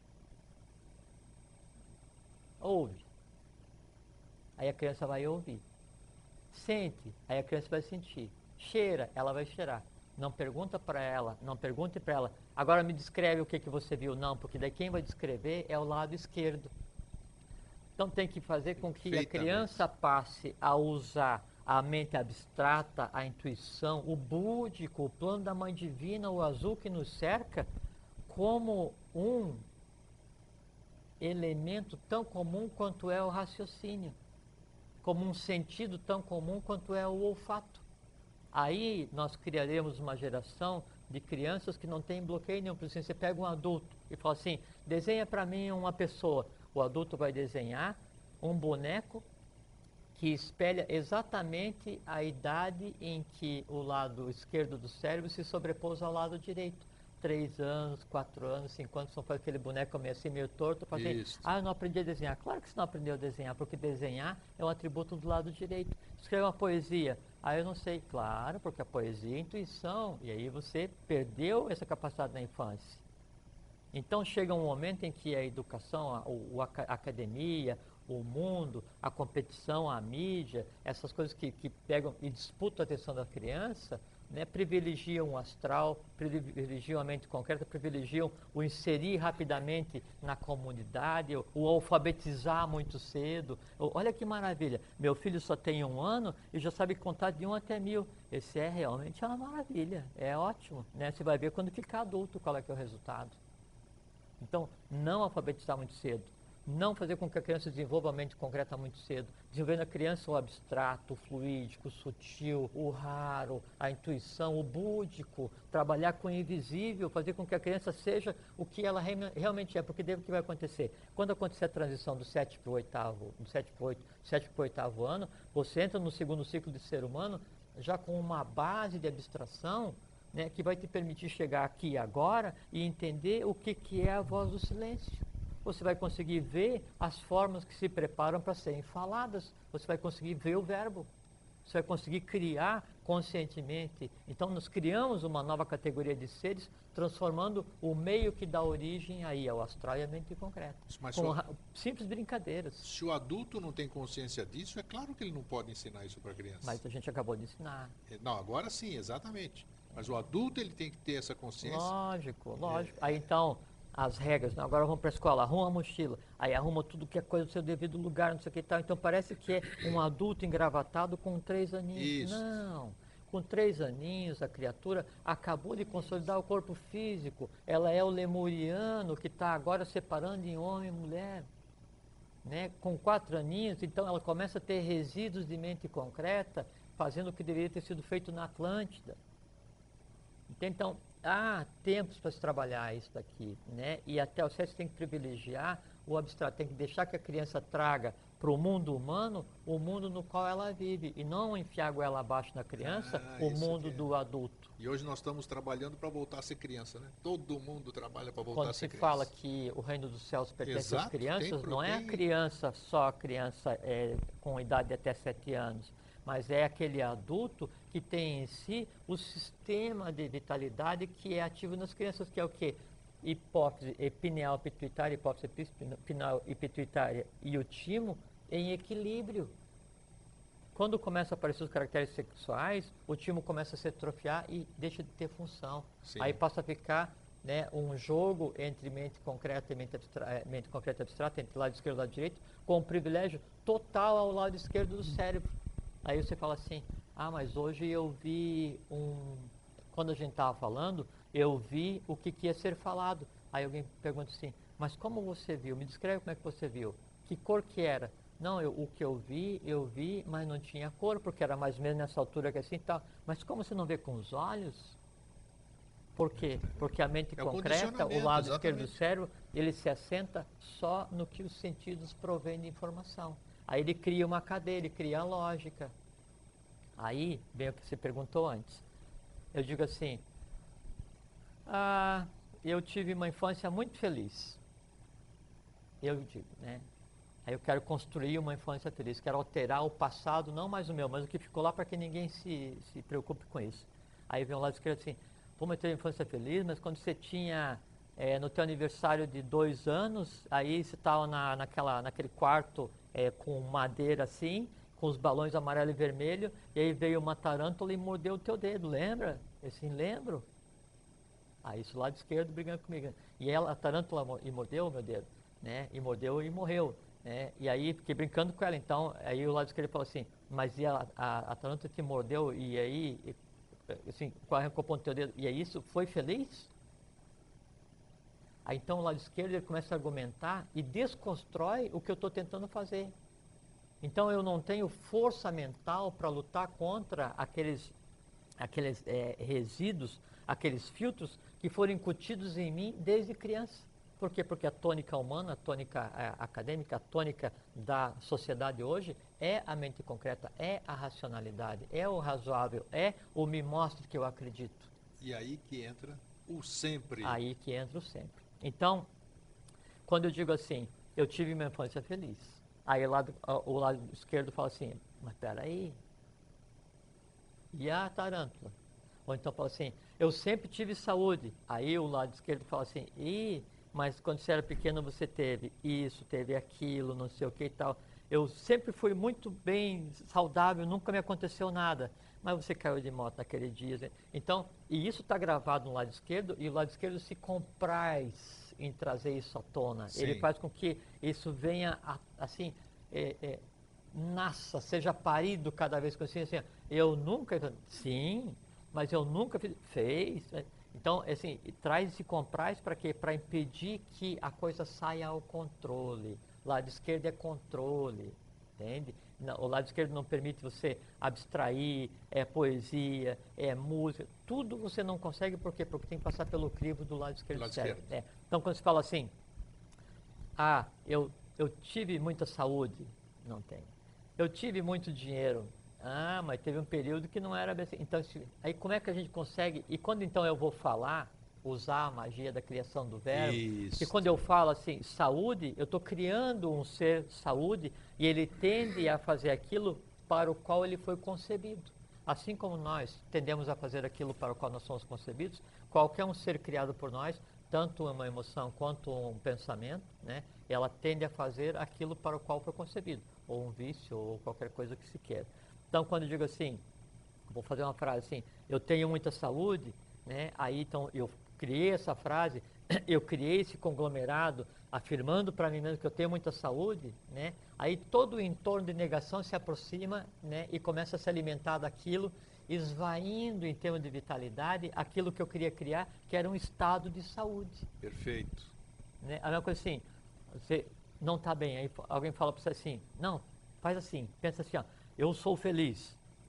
Ouve. Aí a criança vai ouvir. Sente. Aí a criança vai sentir. Cheira. Ela vai cheirar. Não pergunta para ela, não pergunte para ela, agora me descreve o que você viu. Não, porque daí quem vai descrever é o lado esquerdo. Então tem que fazer com que a criança passe a usar a mente abstrata, a intuição, o búdico, o plano da mãe divina, o azul que nos cerca, como um elemento tão comum quanto é o raciocínio, como um sentido tão comum quanto é o olfato. Aí nós criaremos uma geração de crianças que não tem bloqueio nenhum. Por exemplo, você pega um adulto e fala assim: desenha para mim uma pessoa. O adulto vai desenhar um boneco que espelha exatamente a idade em que o lado esquerdo do cérebro se sobrepôs ao lado direito. 3 anos, 4 anos, 5 anos, só faz aquele boneco meio assim, meio torto, fala assim: eu não aprendi a desenhar. Claro que você não aprendeu a desenhar, porque desenhar é um atributo do lado direito. Escreve uma poesia. Eu não sei. Claro, porque a poesia é intuição, e aí você perdeu essa capacidade na infância. Então chega um momento em que a educação, a academia, o mundo, a competição, a mídia, essas coisas que pegam e disputam a atenção da criança, né, privilegiam o astral, privilegiam a mente concreta, privilegiam o inserir rapidamente na comunidade, o alfabetizar muito cedo. Olha que maravilha, meu filho só tem 1 ano e já sabe contar de 1 até 1000. Esse é realmente uma maravilha, é ótimo, né? Você vai ver quando ficar adulto qual é que é o resultado. Então, não alfabetizar muito cedo. Não fazer com que a criança desenvolva a mente concreta muito cedo. Desenvolver na criança o abstrato, o fluídico, o sutil, o raro, a intuição, o búdico. Trabalhar com o invisível, fazer com que a criança seja o que ela realmente é. Porque o que vai acontecer? Quando acontecer a transição do 7 para o 8º, do 7 para o 8º ano, você entra no segundo ciclo de ser humano já com uma base de abstração, né, que vai te permitir chegar aqui e agora e entender o que é a voz do silêncio. Você vai conseguir ver as formas que se preparam para serem faladas. Você vai conseguir ver o verbo. Você vai conseguir criar conscientemente. Então, nós criamos uma nova categoria de seres, transformando o meio que dá origem aí ao astral e à mente concreta. Mas com simples brincadeiras. Se o adulto não tem consciência disso, é claro que ele não pode ensinar isso para a criança. Mas a gente acabou de ensinar. Não, agora sim, exatamente. Mas o adulto ele tem que ter essa consciência. Lógico. Aí então, as regras, né? Agora vamos para a escola, arruma a mochila, aí arruma tudo que é coisa do seu devido lugar, não sei o que e tal. Então parece que é um adulto engravatado com 3 aninhos. Isso. Não, com 3 aninhos a criatura acabou de consolidar o corpo físico. Ela é o lemuriano que está agora separando em homem e mulher. Né? Com 4 aninhos, então ela começa a ter resíduos de mente concreta fazendo o que deveria ter sido feito na Atlântida. Então, há tempos para se trabalhar isso daqui, né? E até o sexo tem que privilegiar o abstrato, tem que deixar que a criança traga para o mundo humano o mundo no qual ela vive, e não enfiar a goela abaixo na criança o mundo do adulto. E hoje nós estamos trabalhando para voltar a ser criança, né? Todo mundo trabalha para voltar Quando a ser se criança. fala que o reino dos céus pertence às crianças, não é a criança só a criança com idade de até 7 anos, mas é aquele adulto que tem em si o sistema de vitalidade que é ativo nas crianças, que é o quê? Hipófise pineal pituitária, hipófise pineal e pituitária e o timo em equilíbrio. Quando começam a aparecer os caracteres sexuais, o timo começa a se atrofiar e deixa de ter função. Sim. Aí passa a ficar, né, um jogo entre mente concreta e mente concreta e abstrata, entre o lado esquerdo e o lado direito, com um privilégio total ao lado esquerdo do cérebro. Aí você fala assim, mas hoje eu vi quando a gente estava falando, eu vi o que ia ser falado. Aí alguém pergunta assim, mas como você viu? Me descreve como é que você viu. Que cor que era? Não, o que eu vi, mas não tinha cor, porque era mais ou menos nessa altura que assim e tal. Mas como você não vê com os olhos? Por quê? Porque a mente concreta, o lado esquerdo do cérebro, ele se assenta só no que os sentidos provêm de informação. Aí ele cria uma cadeia, ele cria a lógica. Aí vem o que você perguntou antes. Eu digo assim, eu tive uma infância muito feliz. Eu digo, né? Aí eu quero construir uma infância feliz, quero alterar o passado, não mais o meu, mas o que ficou lá para que ninguém se preocupe com isso. Aí vem um lado esquerdo assim, pô, mas teve uma infância feliz, mas quando você tinha, no teu aniversário de 2 anos, aí você estava naquele quarto com madeira assim, com os balões amarelo e vermelho, e aí veio uma tarântula e mordeu o teu dedo, lembra? Eu assim, lembro. Aí isso lado esquerdo brigando comigo. E a tarântula mordeu o meu dedo, né? E mordeu e morreu. E aí fiquei brincando com ela, então, aí o lado esquerdo falou assim, mas e a tarântula te mordeu, e aí, assim, arrancou o ponto do teu dedo, e aí isso foi feliz? Aí então o lado esquerdo ele começa a argumentar e desconstrói o que eu estou tentando fazer. Então eu não tenho força mental para lutar contra aqueles resíduos, aqueles filtros que foram incutidos em mim desde criança. Por quê? Porque a tônica humana, a tônica acadêmica, a tônica da sociedade hoje é a mente concreta, é a racionalidade, é o razoável, é o me mostre que eu acredito. E aí que entra o sempre. Aí que entra o sempre. Então, quando eu digo assim, eu tive uma infância feliz, aí o lado esquerdo fala assim, mas peraí, e a tarântula? Ou então fala assim, eu sempre tive saúde. Aí o lado esquerdo fala assim, mas quando você era pequeno você teve isso, teve aquilo, não sei o que e tal. Eu sempre fui muito bem, saudável, nunca me aconteceu nada. Mas você caiu de moto naquele dia. Então, e isso está gravado no lado esquerdo, e o lado esquerdo se compraz em trazer isso à tona. Sim. Ele faz com que isso venha, assim, nasça, seja parido cada vez que eu assim, eu nunca, sim, mas eu nunca fez. Então, assim, traz esse compraz para quê? Para impedir que a coisa saia ao controle. O lado esquerdo é controle, entende? O lado esquerdo não permite você abstrair, poesia, música, tudo você não consegue, por quê? Porque tem que passar pelo crivo do lado esquerdo do cérebro. Então, quando você fala assim, eu tive muita saúde, não tem. Eu tive muito dinheiro, mas teve um período que não era bem assim. Então, aí como é que a gente consegue, e quando então eu vou falar, usar a magia da criação do verbo, e quando eu falo assim, saúde, eu estou criando um ser saúde, e ele tende a fazer aquilo para o qual ele foi concebido. Assim como nós tendemos a fazer aquilo para o qual nós somos concebidos, qualquer um ser criado por nós, tanto uma emoção quanto um pensamento, né, ela tende a fazer aquilo para o qual foi concebido, ou um vício, ou qualquer coisa que se queira. Então, quando eu digo assim, vou fazer uma frase assim, eu tenho muita saúde, né, aí então eu criei essa frase, eu criei esse conglomerado, afirmando para mim mesmo que eu tenho muita saúde, né, aí todo o entorno de negação se aproxima, né, e começa a se alimentar daquilo, esvaindo em termos de vitalidade aquilo que eu queria criar, que era um estado de saúde. Perfeito. Né? A mesma coisa assim, você não está bem, aí alguém fala para você assim, não, faz assim, pensa assim, eu sou feliz,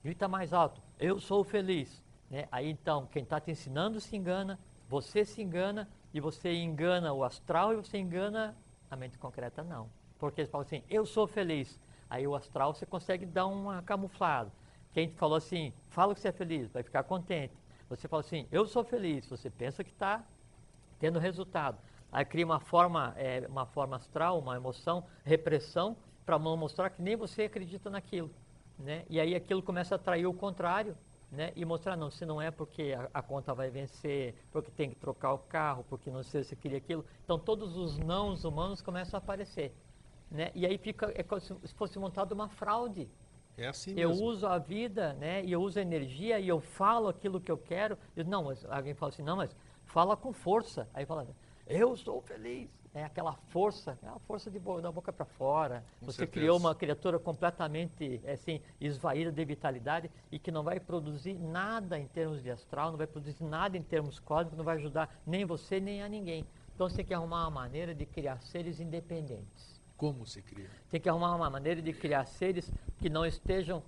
grita mais alto, eu sou feliz. Né? Aí então, quem está te ensinando se engana, você se engana, e você engana o astral e você engana a mente concreta, não. Porque eles falam assim, eu sou feliz. Aí o astral você consegue dar uma camuflada. Quem falou assim, fala que você é feliz, vai ficar contente. Você fala assim, eu sou feliz, você pensa que está tendo resultado. Aí cria uma forma astral, uma emoção, repressão, para mostrar que nem você acredita naquilo. Né? E aí aquilo começa a atrair o contrário, né? E mostrar, não, se não é porque a conta vai vencer, porque tem que trocar o carro, porque não sei se queria aquilo. Então todos os nãos humanos começam a aparecer. Né? E aí fica, é como se fosse montada uma fraude. É assim Eu mesmo. uso a vida, né? E eu uso a energia e eu falo aquilo que eu quero. Não, mas alguém fala assim, não, mas fala com força. Aí fala, eu sou feliz. É aquela força, é a força da boca para fora. Com Você certeza. criou uma criatura completamente assim, esvaída de vitalidade e que não vai produzir nada em termos de astral, não vai produzir nada em termos cósmicos, não vai ajudar nem você nem a ninguém. Então você tem que arrumar uma maneira de criar seres independentes. Como se cria? Tem que arrumar uma maneira de criar seres que não estejam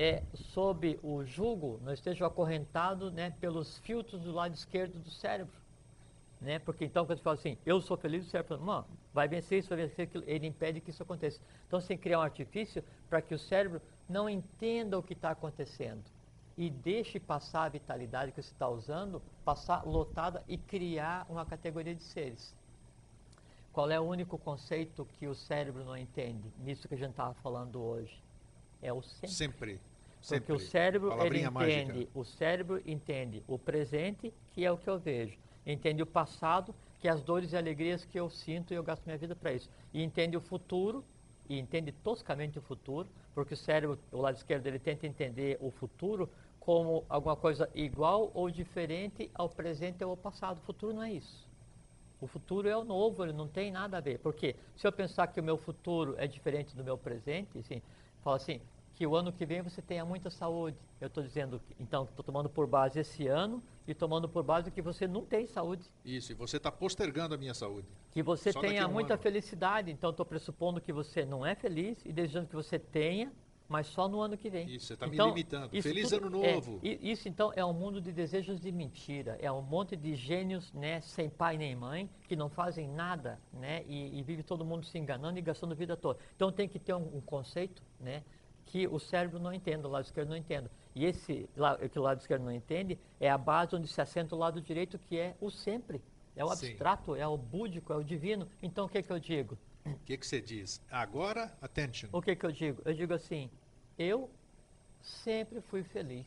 sob o jugo, não estejam acorrentados, né, pelos filtros do lado esquerdo do cérebro. Né? Porque então, quando você fala assim, eu sou feliz, o cérebro fala, vai vencer isso, vai vencer aquilo, ele impede que isso aconteça. Então você tem que criar um artifício para que o cérebro não entenda o que está acontecendo e deixe passar a vitalidade que você está usando, passar lotada e criar uma categoria de seres. Qual é o único conceito que o cérebro não entende? Nisso que a gente estava falando hoje. É o sempre. Sempre. Porque o cérebro, ele Palavrinha entende, mágica. o cérebro entende o presente, que é o que eu vejo. Entende o passado, que é as dores e alegrias que eu sinto e eu gasto minha vida para isso. E entende o futuro, e entende toscamente o futuro, porque o cérebro, o lado esquerdo, ele tenta entender o futuro como alguma coisa igual ou diferente ao presente ou ao passado. O futuro não é isso. O futuro é o novo, ele não tem nada a ver. Porque se eu pensar que o meu futuro é diferente do meu presente, assim, fala assim, que o ano que vem você tenha muita saúde. Eu estou dizendo, então, estou tomando por base esse ano e tomando por base que você não tem saúde. Isso, e você está postergando a minha saúde. Que você Só daqui tenha a um muita ano. felicidade. Então, estou pressupondo que você não é feliz e desejando que você tenha, mas só no ano que vem. Isso, você está me Então, limitando. isso Feliz tudo ano novo. isso, então, é um mundo de desejos de mentira. É um monte de gênios, né, sem pai nem mãe, que não fazem nada, né, e vive todo mundo se enganando e gastando a vida toda. Então, tem que ter um conceito, né, que o cérebro não entende, o lado esquerdo não entende. E que o lado esquerdo não entende é a base onde se assenta o lado direito, que é o sempre. É o Sim. abstrato, é o búdico, é o divino. Então, o que é que eu digo? O que você diz? Agora, attention. O que é que eu digo? Eu digo assim, eu sempre fui feliz.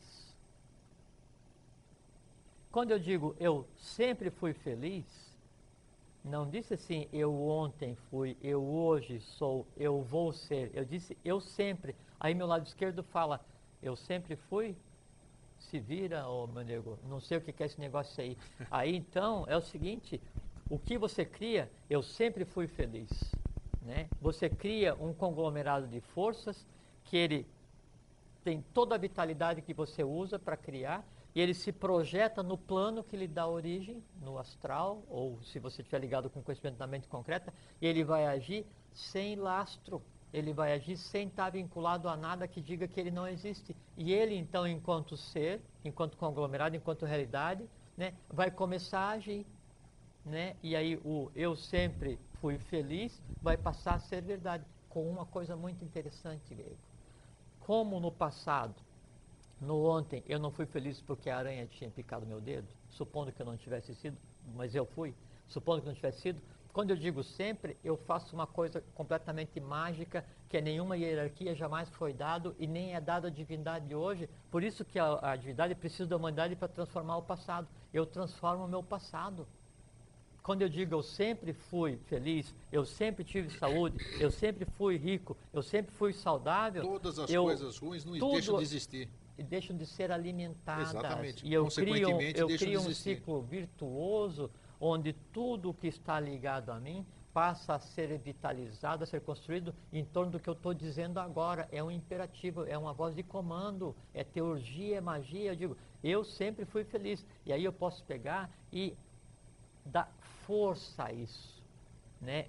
Quando eu digo eu sempre fui feliz, não disse assim, eu ontem fui, eu hoje sou, eu vou ser. Eu disse eu sempre. Aí meu lado esquerdo fala, eu sempre fui? Se vira, ô meu nego, não sei o que é esse negócio aí. Aí então é o seguinte, o que você cria, eu sempre fui feliz. Né? Você cria um conglomerado de forças que ele tem toda a vitalidade que você usa para criar e ele se projeta no plano que lhe dá origem, no astral, ou se você estiver ligado com conhecimento da mente concreta, e ele vai agir sem lastro, ele vai agir sem estar vinculado a nada que diga que ele não existe. E ele, então, enquanto ser, enquanto conglomerado, enquanto realidade, né, vai começar a agir. Né? E aí o eu sempre fui feliz vai passar a ser verdade, com uma coisa muito interessante, Grego. Como no passado, no ontem, eu não fui feliz porque a aranha tinha picado meu dedo, supondo que eu não tivesse sido, mas eu fui, supondo que não tivesse sido, quando eu digo sempre, eu faço uma coisa completamente mágica, que nenhuma hierarquia jamais foi dado e nem é dada a divindade hoje, por isso que a divindade precisa da humanidade para transformar o passado. Eu transformo o meu passado. Quando eu digo eu sempre fui feliz, eu sempre tive saúde, eu sempre fui rico, eu sempre fui saudável. Todas as coisas ruins não deixam de existir. Deixam de ser alimentadas. Exatamente. E eu Consequentemente, deixam crio de um existir. ciclo virtuoso onde tudo que está ligado a mim passa a ser vitalizado, a ser construído em torno do que eu estou dizendo agora. É um imperativo, é uma voz de comando, é teurgia, é magia. Eu digo, eu sempre fui feliz. E aí eu posso pegar e dar força a isso, né?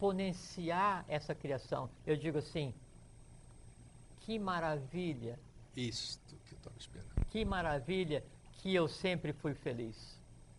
Exponenciar essa criação. Eu digo assim, que maravilha Isto que eu estava esperando. Que maravilha que eu sempre fui feliz.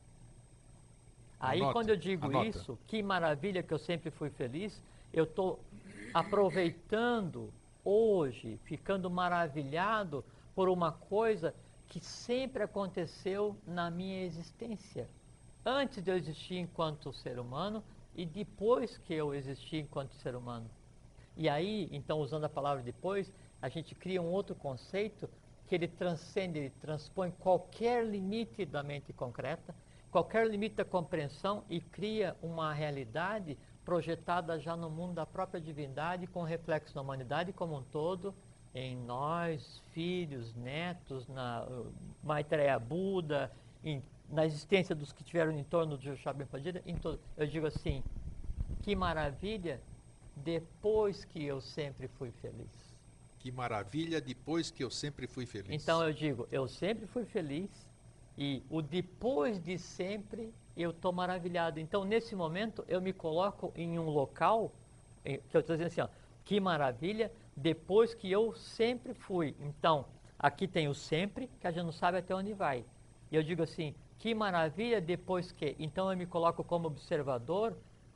Aí Anota, quando eu digo anota. isso, que maravilha que eu sempre fui feliz, eu estou aproveitando hoje, ficando maravilhado por uma coisa que sempre aconteceu na minha existência. Antes de eu existir enquanto ser humano e depois que eu existi enquanto ser humano. E aí, então, usando a palavra depois, a gente cria um outro conceito que ele transcende, ele transpõe qualquer limite da mente concreta, qualquer limite da compreensão e cria uma realidade projetada já no mundo da própria divindade, com reflexo na humanidade como um todo, em nós, filhos, netos, na Maitreya Buda, na existência dos que tiveram em torno de Joshua Ben Padilha, eu digo assim, que maravilha, depois que eu sempre fui feliz. Que maravilha, depois que eu sempre fui feliz. Então eu digo, eu sempre fui feliz e o depois de sempre eu estou maravilhado. Então nesse momento eu me coloco em um local, que eu estou dizendo assim, ó, que maravilha, depois que eu sempre fui. Então aqui tem o sempre, que a gente não sabe até onde vai. E eu digo assim, que maravilha, depois que. Então eu me coloco como observador,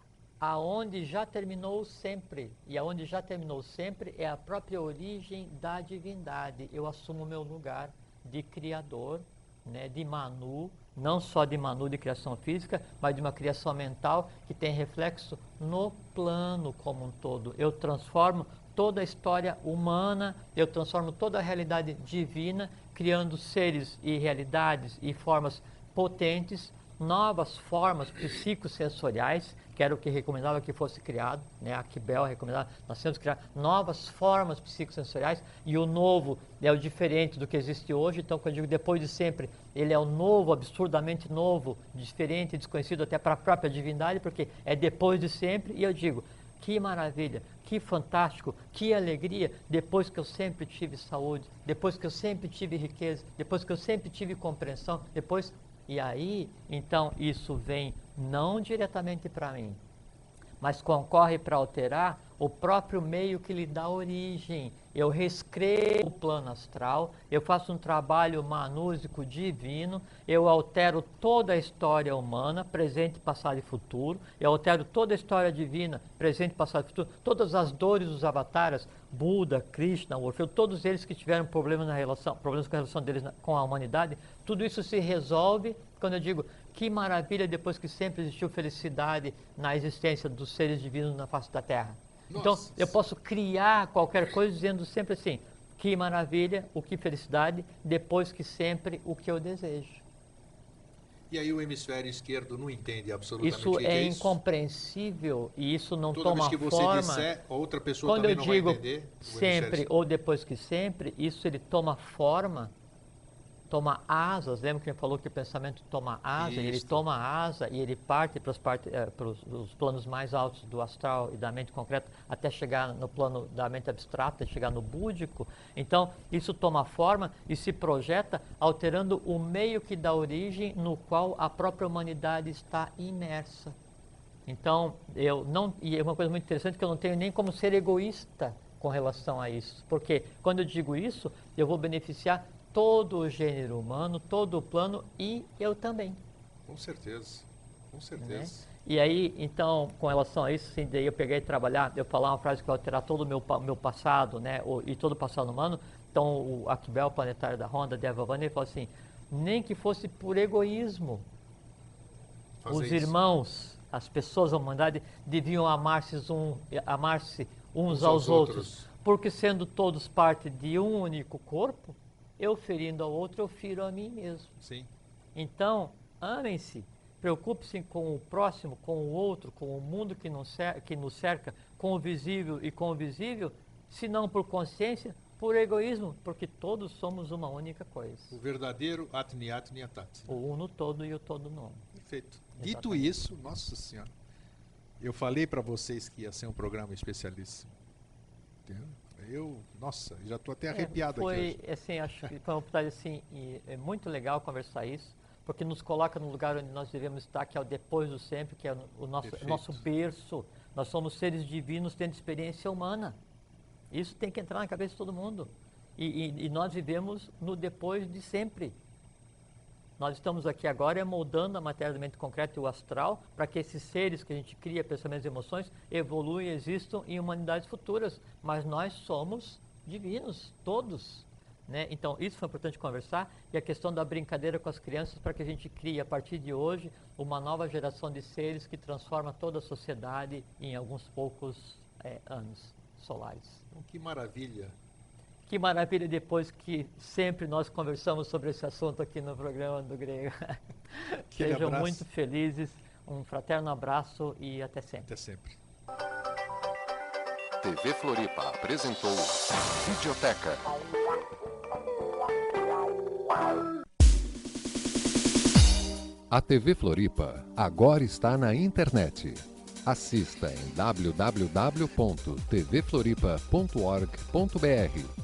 aonde já terminou sempre. E aonde já terminou sempre é a própria origem da divindade. Eu assumo o meu lugar de criador, né, de Manu, não só de Manu de criação física, mas de uma criação mental que tem reflexo no plano como um todo. Eu transformo toda a história humana, eu transformo toda a realidade divina, criando seres e realidades e formas potentes, novas formas psicossensoriais, que era o que recomendava que fosse criado, né? A Kibel recomendava, nós temos que criar novas formas psicossensoriais, e o novo é o diferente do que existe hoje. Então, quando eu digo depois de sempre, ele é o novo, absurdamente novo, diferente, desconhecido até para a própria divindade, porque é depois de sempre. E eu digo, que maravilha, que fantástico, que alegria, depois que eu sempre tive saúde, depois que eu sempre tive riqueza, depois que eu sempre tive compreensão, depois... E aí, então, isso vem não diretamente para mim, mas concorre para alterar o próprio meio que lhe dá origem. Eu reescrevo o plano astral, eu faço um trabalho manúsico divino, eu altero toda a história humana, presente, passado e futuro, eu altero toda a história divina, presente, passado e futuro, todas as dores dos avataras, Buda, Krishna, Orfeu, todos eles que tiveram problemas com a relação deles com a humanidade, tudo isso se resolve quando eu digo, que maravilha, depois que sempre existiu felicidade na existência dos seres divinos na face da Terra. Nossa. Então, eu posso criar qualquer coisa dizendo sempre assim, que maravilha, o que felicidade, depois que sempre o que eu desejo. E aí o hemisfério esquerdo não entende absolutamente Isso o que é é isso. incompreensível e isso não Toda toma vez que você forma. disser, outra pessoa Quando também eu não digo vai entender. sempre ou depois que sempre, isso ele toma forma, toma asas. Lembra que ele falou que o pensamento toma asa? Ele Isto. toma asa e ele parte para os planos mais altos do astral e da mente concreta até chegar no plano da mente abstrata, chegar no búdico. Então, isso toma forma e se projeta alterando o meio que dá origem no qual a própria humanidade está imersa. Então, e é uma coisa muito interessante que eu não tenho nem como ser egoísta com relação a isso. Porque quando eu digo isso, eu vou beneficiar todo o gênero humano, todo o plano e eu também. Com certeza, com certeza. Né? E aí, então, com relação a isso, assim, daí eu peguei e trabalhar, eu falar uma frase que vai alterar todo o meu passado, né, e todo o passado humano. Então, o Akbel, planetário da Honda, de Avavani, ele falou assim, nem que fosse por egoísmo, os irmãos, as pessoas, a humanidade, deviam amar-se uns aos outros, porque sendo todos parte de um único corpo, eu ferindo ao outro, eu firo a mim mesmo. Sim. Então, amem-se, preocupe-se com o próximo, com o outro, com o mundo que nos cerca, com o visível e com o invisível, se não por consciência, por egoísmo, porque todos somos uma única coisa. O verdadeiro Atniat Niatat. O um no todo e o todo no um. Perfeito. Dito isso, nossa senhora, eu falei para vocês que ia ser um programa especialíssimo. Entendeu? Nossa, já estou até arrepiado aqui. Foi, assim, acho que foi uma oportunidade, assim, e é muito legal conversar isso, porque nos coloca no lugar onde nós devemos estar, que é o depois do sempre, que é o nosso berço. Nós somos seres divinos tendo experiência humana. Isso tem que entrar na cabeça de todo mundo. E nós vivemos no depois de sempre. Nós estamos aqui agora moldando a matéria do mente concreta e o astral para que esses seres que a gente cria, pensamentos e emoções, evoluam e existam em humanidades futuras. Mas nós somos divinos, todos. Né? Então, isso foi importante conversar. E a questão da brincadeira com as crianças para que a gente crie, a partir de hoje, uma nova geração de seres que transforma toda a sociedade em alguns poucos anos solares. Que maravilha! Que maravilha, depois que sempre nós conversamos sobre esse assunto aqui no programa do Grego. Sejam muito felizes, um fraterno abraço e até sempre. Até sempre. TV Floripa apresentou Videoteca. A TV Floripa agora está na internet. Assista em www.tvfloripa.org.br.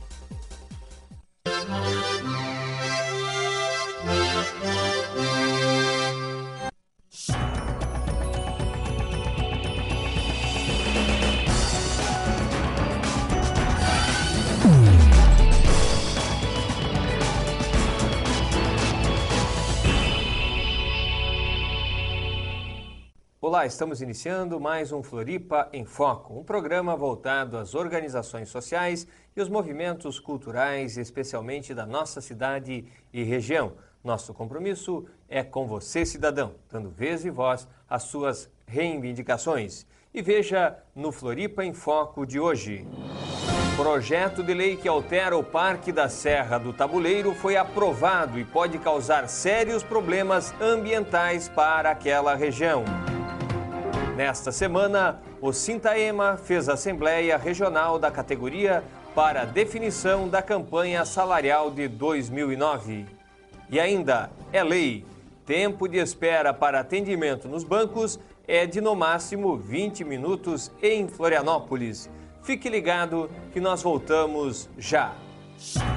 Olá, estamos iniciando mais um Floripa em Foco, um programa voltado às organizações sociais e os movimentos culturais, especialmente da nossa cidade e região. Nosso compromisso é com você, cidadão, dando vez e voz às suas reivindicações. E veja no Floripa em Foco de hoje. Projeto de lei que altera o Parque da Serra do Tabuleiro foi aprovado e pode causar sérios problemas ambientais para aquela região. Nesta semana, o Sintaema fez a Assembleia Regional da categoria para a definição da campanha salarial de 2009. E ainda é lei. Tempo de espera para atendimento nos bancos é de no máximo 20 minutos em Florianópolis. Fique ligado que nós voltamos já.